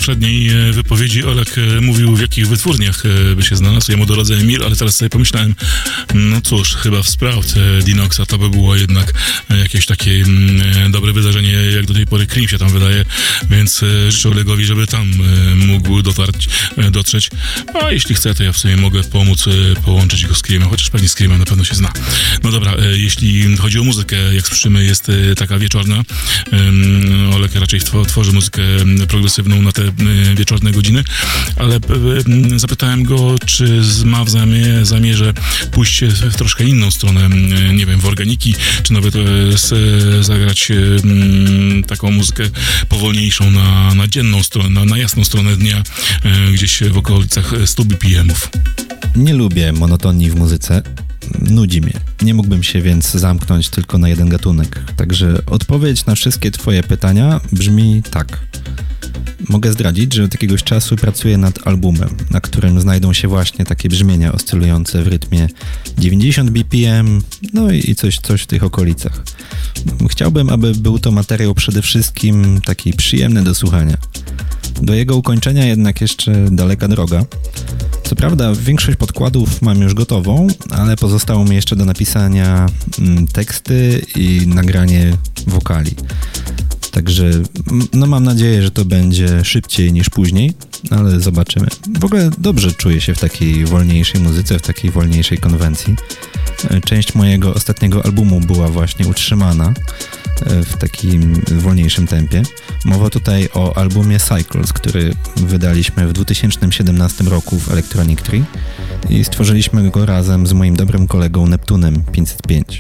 poprzedniej wypowiedzi Olek mówił, w jakich wytwórniach by się znalazł. Ja mu doradzę Emil, ale teraz sobie pomyślałem, no cóż, chyba w Sprout Dinoxa to by było jednak jakieś takie dobre wydarzenie, jak do tej pory Cream się tam wydaje, więc życzę Olegowi, żeby tam mógł dotarć, dotrzeć. A jeśli chce, to ja w sumie mogę pomóc połączyć go z Creamem, chociaż pewnie z Creamem na pewno się zna. No dobra, jeśli chodzi o muzykę, jak słyszymy, jest taka wieczorna. Olek raczej tworzy muzykę progresywną na te wieczorne godziny, ale zapytałem go, czy ma w zamie, zamierze pójść w troszkę inną stronę, nie wiem, w organiki, czy nawet zagrać taką muzykę powolniejszą na, na dzienną stronę, na, na jasną stronę dnia, gdzieś w okolicach stu B P M-ów. Nie lubię monotonii w muzyce. Nudzi mnie. Nie mógłbym się więc zamknąć tylko na jeden gatunek. Także odpowiedź na wszystkie twoje pytania brzmi tak. Mogę zdradzić, że od jakiegoś czasu pracuję nad albumem, na którym znajdą się właśnie takie brzmienia oscylujące w rytmie dziewięćdziesiąt B P M, no i coś, coś w tych okolicach. Chciałbym, aby był to materiał przede wszystkim taki przyjemny do słuchania. Do jego ukończenia jednak jeszcze daleka droga. Co prawda większość podkładów mam już gotową, ale pozostało mi jeszcze do napisania mm, teksty i nagranie wokali. Także no mam nadzieję, że to będzie szybciej niż później, ale zobaczymy. W ogóle dobrze czuję się w takiej wolniejszej muzyce, w takiej wolniejszej konwencji. Część mojego ostatniego albumu była właśnie utrzymana w takim wolniejszym tempie. Mowa tutaj o albumie Cycles, który wydaliśmy w dwa tysiące siedemnastym roku w Electronic Tree i stworzyliśmy go razem z moim dobrym kolegą Neptunem pięćset pięć.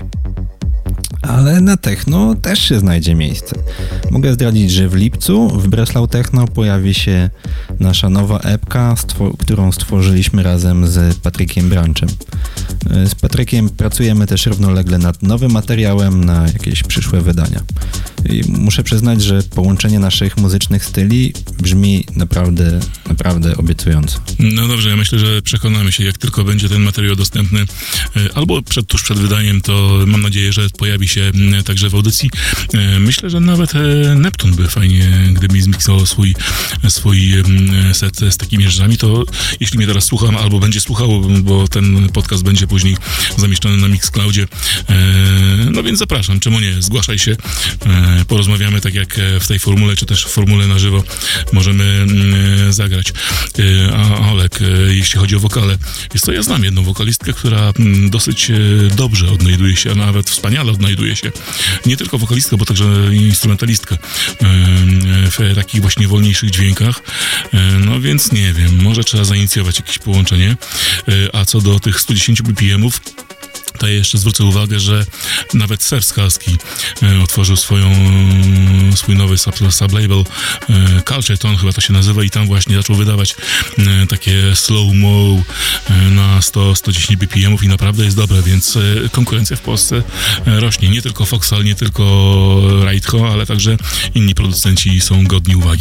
Ale na techno też się znajdzie miejsce. Mogę zdradzić, że w lipcu w Breslau Techno pojawi się nasza nowa epka, stwo- którą stworzyliśmy razem z Patrykiem Branchem. Z Patrykiem pracujemy też równolegle nad nowym materiałem na jakieś przyszłe wydania. I muszę przyznać, że połączenie naszych muzycznych styli brzmi naprawdę, naprawdę obiecująco. No dobrze, ja myślę, że przekonamy się, jak tylko będzie ten materiał dostępny, albo przed, tuż przed wydaniem, to mam nadzieję, że pojawi się także w audycji. Myślę, że nawet Neptun by fajnie, gdyby zmiksował swój, swój set z takimi rzeczami, to jeśli mnie teraz słucham, albo będzie słuchał, bo ten podcast będzie później zamieszczony na Mixcloudzie, no więc zapraszam, czemu nie, zgłaszaj się, porozmawiamy tak jak w tej formule, czy też w formule na żywo możemy zagrać. A Olek, jeśli chodzi o wokale, jest to ja znam jedną wokalistkę, która dosyć dobrze odnajduje się, a nawet wspaniale odnajduje się. Nie tylko wokalistka, bo także instrumentalistka w takich właśnie wolniejszych dźwiękach. No więc nie wiem, może trzeba zainicjować jakieś połączenie. A co do tych stu dziesięciu B P M-ów, to ja jeszcze zwrócę uwagę, że nawet Serge Skalski e, otworzył swoją, swój nowy sub, sublabel e, Culture Tone, chyba to się nazywa, i tam właśnie zaczął wydawać e, takie slow-mo e, na sto do stu dziesięciu B P M-ów i naprawdę jest dobre, więc e, konkurencja w Polsce e, rośnie. Nie tylko Foxal, nie tylko Rightco, ale także inni producenci są godni uwagi.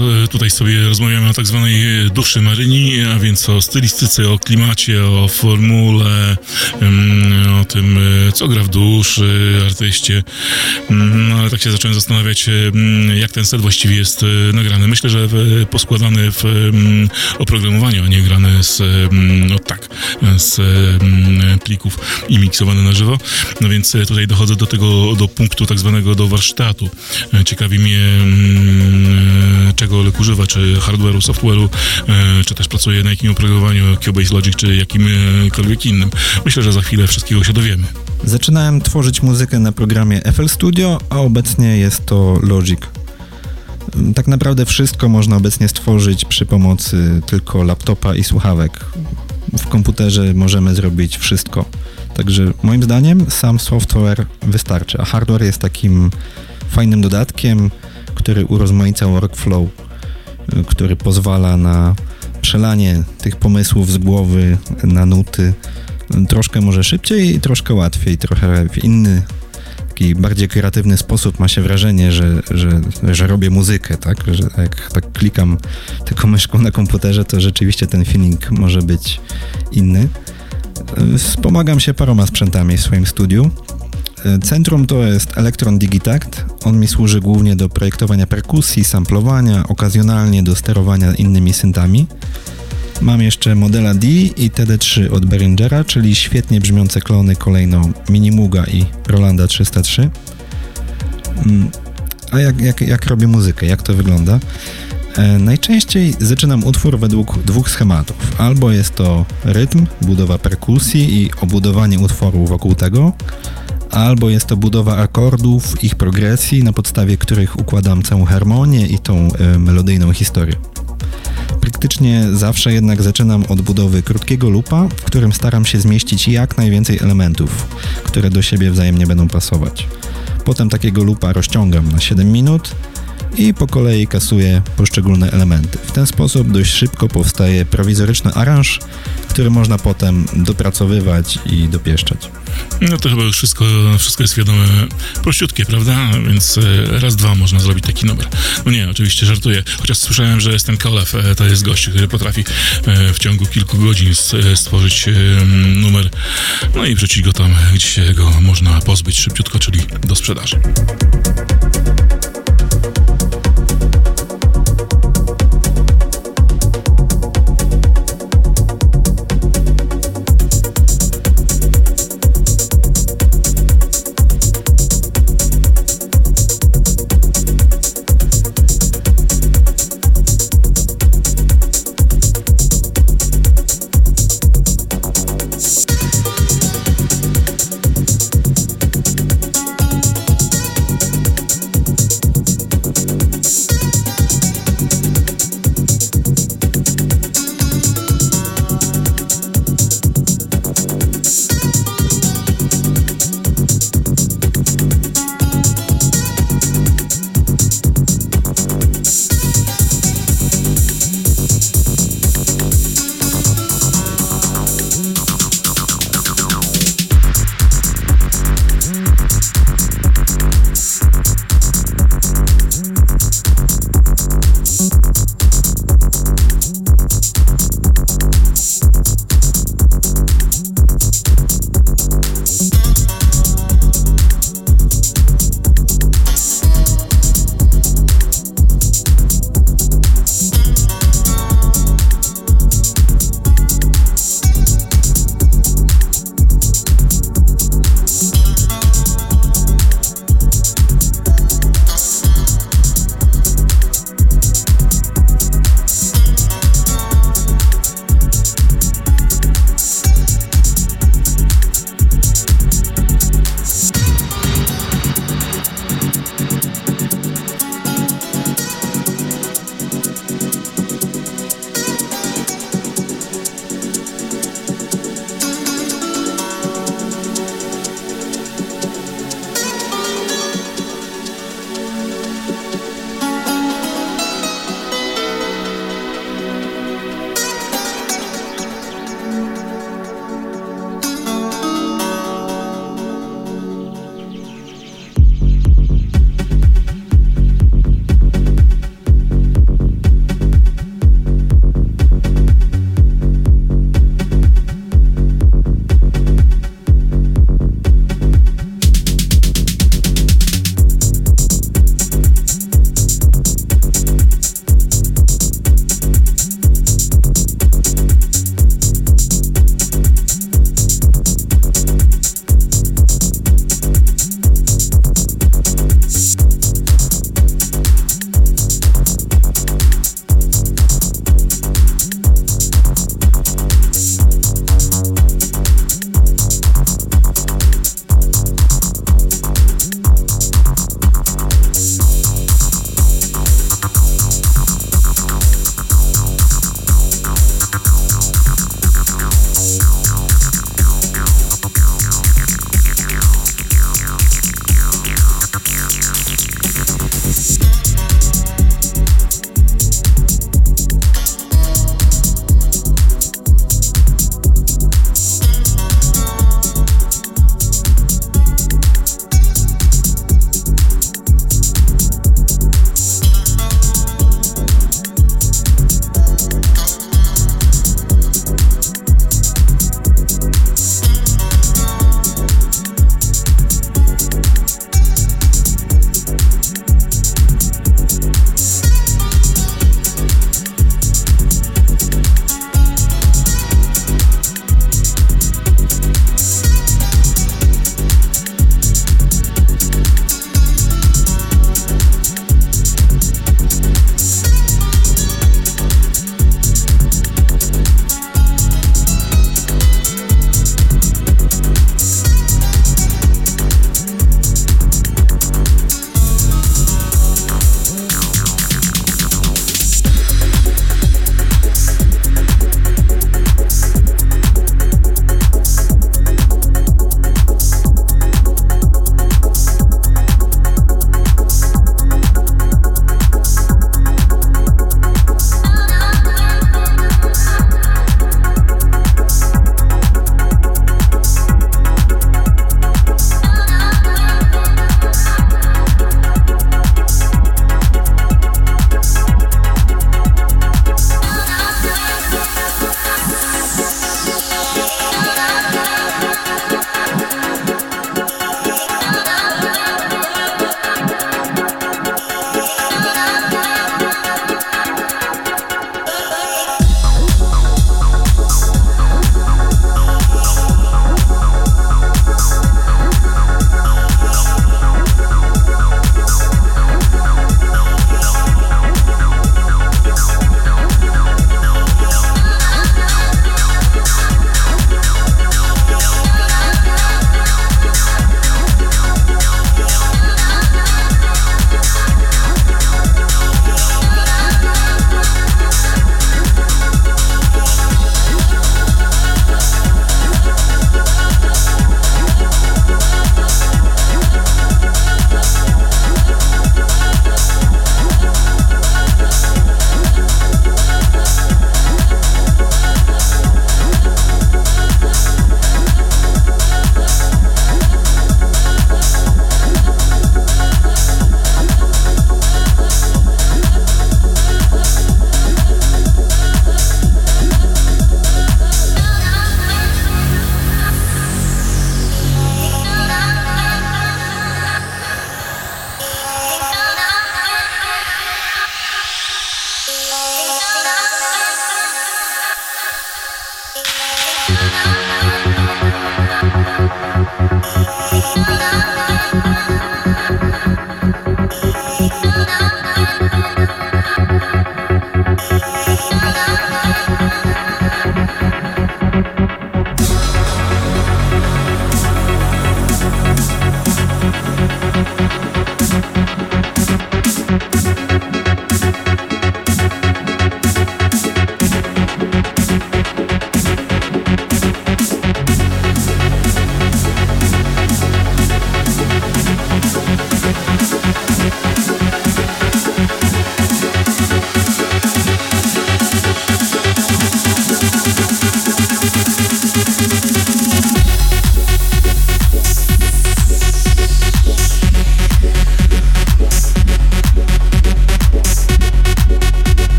to tutaj sobie rozmawiamy o tak zwanej duszy Maryni, a więc o stylistyce, o klimacie, o formule, o tym, co gra w duszy artyście. No, ale tak się zacząłem zastanawiać, jak ten set właściwie jest nagrany. Myślę, że poskładany w oprogramowaniu, a nie grany z, no tak, z plików i miksowany na żywo. No więc tutaj dochodzę do tego, do punktu tak zwanego do warsztatu. Ciekawi mnie, czego Olek używa, czy hardware'u, software'u, czy też pracuje na jakim oprogramowaniu, Cubase, Logic, czy jakimkolwiek innym. Myślę, że za chwilę wszystkiego się dowiemy. Zaczynałem tworzyć muzykę na programie F L Studio, a obecnie jest to Logic. Tak naprawdę wszystko można obecnie stworzyć przy pomocy tylko laptopa i słuchawek. W komputerze możemy zrobić wszystko. Także moim zdaniem sam software wystarczy, a hardware jest takim fajnym dodatkiem, który urozmaica workflow, który pozwala na przelanie tych pomysłów z głowy na nuty troszkę może szybciej i troszkę łatwiej, trochę w inny, taki bardziej kreatywny sposób. Ma się wrażenie, że, że, że robię muzykę, tak? Że jak tak klikam tylko myszką na komputerze, to rzeczywiście ten feeling może być inny. Wspomagam się paroma sprzętami w swoim studiu. Centrum to jest Elektron Digitact. On mi służy głównie do projektowania perkusji, samplowania, okazjonalnie do sterowania innymi syntami. Mam jeszcze Modela D i T D trzy od Behringera, czyli świetnie brzmiące klony kolejno Minimuga i Rolanda trzysta trzy. A jak, jak, jak robię muzykę? Jak to wygląda? E, najczęściej zaczynam utwór według dwóch schematów. Albo jest to rytm, budowa perkusji i obudowanie utworu wokół tego, albo jest to budowa akordów, ich progresji, na podstawie których układam całą harmonię i tą e, melodyjną historię. Praktycznie zawsze jednak zaczynam od budowy krótkiego loopa, w którym staram się zmieścić jak najwięcej elementów, które do siebie wzajemnie będą pasować. Potem takiego loopa rozciągam na siedem minut i po kolei kasuję poszczególne elementy. W ten sposób dość szybko powstaje prowizoryczny aranż, który można potem dopracowywać i dopieszczać. No to chyba już wszystko, wszystko jest wiadome, prościutkie, prawda? Więc raz, dwa można zrobić taki numer. No nie, oczywiście żartuję, chociaż słyszałem, że Stan Kolew to jest gość, który potrafi w ciągu kilku godzin stworzyć numer, no i wrzucić go tam, gdzie się go można pozbyć szybciutko, czyli do sprzedaży.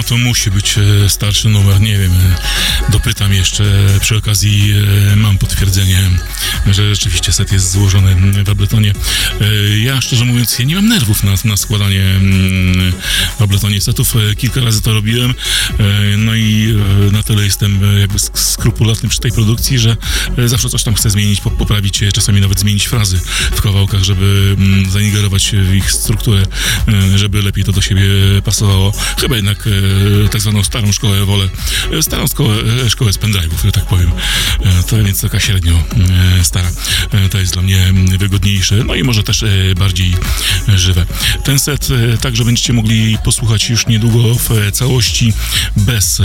to musi być e, starszy numer, nie wiem, e, dopytam jeszcze, przy okazji e, mam potwierdzenie, że rzeczywiście set jest złożony w Abletonie. E, ja szczerze mówiąc, ja nie mam nerwów na, na składanie mm, w Abletonie setów, e, kilka razy to robiłem, e, no i e, na tyle jestem e, jakby skrupulatny przy tej produkcji, że e, zawsze coś tam chcę zmienić, poprawić, e, czasami nawet zmienić frazy w kawałkach, żeby mm, zaingerować w ich strukturę, e, żeby lepiej to do siebie pasowało. Chyba jednak e, tak zwaną starą szkołę wolę, e, starą szkołę, e, szkołę z pendrive'ów, że tak powiem. E, to więc taka średnio e, stara. E, to jest dla mnie wygodniejsze, no i może też e, bardziej e, żywe. Ten set e, także będziecie mogli posłuchać już niedługo w całości, bez e,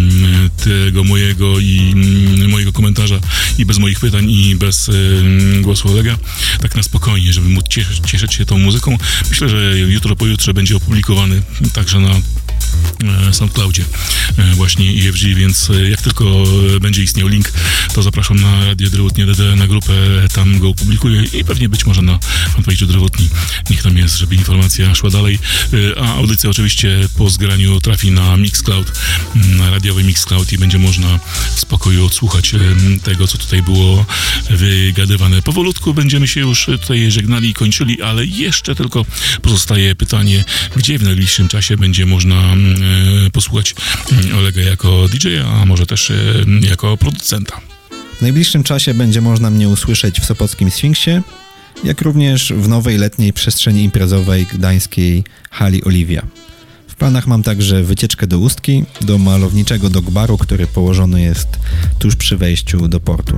tego mojego i m, mojego komentarza i bez moich pytań i bez e, głosu Olega. Tak na spokojnie, żeby móc cieszyć, cieszyć się tą muzyką. Myślę, że jutro, pojutrze będzie opublikowany także na SoundCloudzie właśnie E F G, więc jak tylko będzie istniał link, to zapraszam na Radio Drewotnie D D, na grupę, tam go opublikuję i pewnie być może na fanpage'u Drewotni. Niech tam jest, żeby informacja szła dalej. A audycja oczywiście po zgraniu trafi na Mixcloud, na radiowy Mixcloud i będzie można w spokoju odsłuchać tego, co tutaj było wygadywane. Powolutku będziemy się już tutaj żegnali i kończyli, ale jeszcze tylko pozostaje pytanie, gdzie w najbliższym czasie będzie można posłuchać Olega jako D J, a może też jako producenta. W najbliższym czasie będzie można mnie usłyszeć w Sopockim Sfinksie, jak również w nowej letniej przestrzeni imprezowej gdańskiej hali Oliwia. W planach mam także wycieczkę do Ustki, do malowniczego dogbaru, który położony jest tuż przy wejściu do portu.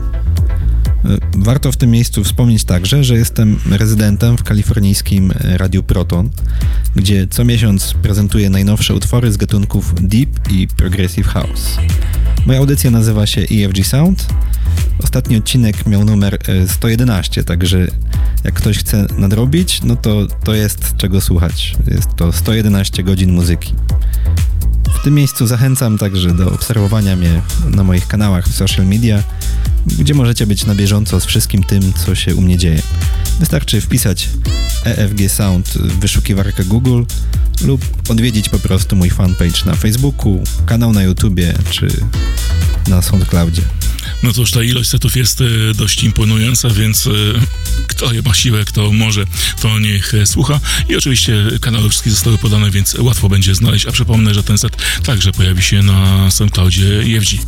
Warto w tym miejscu wspomnieć także, że jestem rezydentem w kalifornijskim Radiu Proton, gdzie co miesiąc prezentuję najnowsze utwory z gatunków Deep i Progressive House. Moja audycja nazywa się E F G Sound. Ostatni odcinek miał numer sto jedenaście, także jak ktoś chce nadrobić, no to to jest czego słuchać. Jest to sto jedenaście godzin muzyki. W tym miejscu zachęcam także do obserwowania mnie na moich kanałach w social media, gdzie możecie być na bieżąco z wszystkim tym, co się u mnie dzieje. Wystarczy wpisać E F G Sound w wyszukiwarkę Google lub odwiedzić po prostu mój fanpage na Facebooku, kanał na YouTubie czy na SoundCloudzie. No to już ta ilość setów jest e, dość imponująca, więc e, kto ma siłę, kto może, to niech e, słucha. I oczywiście kanały wszystkie zostały podane, więc łatwo będzie znaleźć. A przypomnę, że ten set także pojawi się na SoundCloudzie E F G.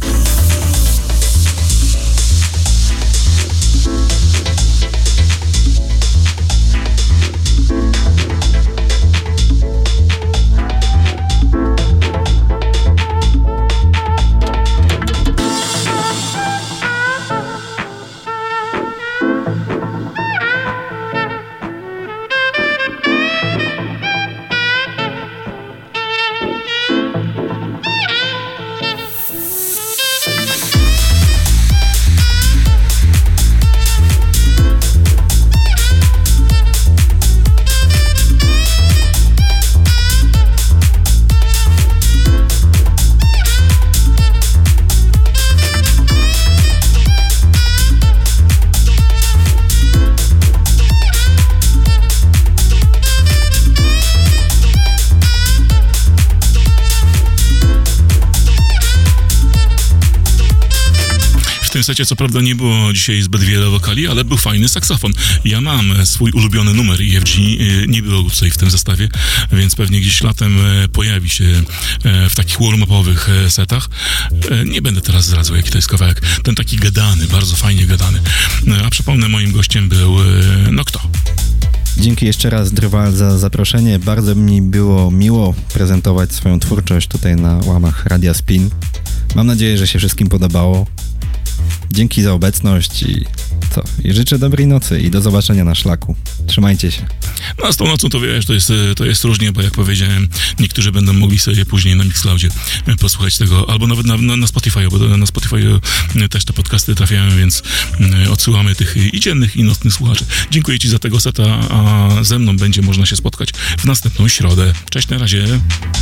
W tym secie co prawda nie było dzisiaj zbyt wiele wokali, ale był fajny saksofon. Ja mam swój ulubiony numer E F G, nie było go tutaj w tym zestawie, więc pewnie gdzieś latem pojawi się w takich warm-upowych setach. Nie będę teraz zdradzał, jaki to jest kawałek. Ten taki gadany, bardzo fajnie gadany. A przypomnę, moim gościem był, no kto? Dzięki jeszcze raz, Drwal, za zaproszenie. Bardzo mi było miło prezentować swoją twórczość tutaj na łamach Radia Spin. Mam nadzieję, że się wszystkim podobało. Dzięki za obecność i co? I życzę dobrej nocy i do zobaczenia na szlaku. Trzymajcie się. No a z tą nocą to wiesz, to jest, to jest różnie, bo jak powiedziałem, niektórzy będą mogli sobie później na Mixcloudzie posłuchać tego, albo nawet na, na, na Spotify, bo na Spotify też te podcasty trafiają, więc odsyłamy tych i dziennych, i nocnych słuchaczy. Dziękuję Ci za tego seta, a ze mną będzie można się spotkać w następną środę. Cześć, na razie.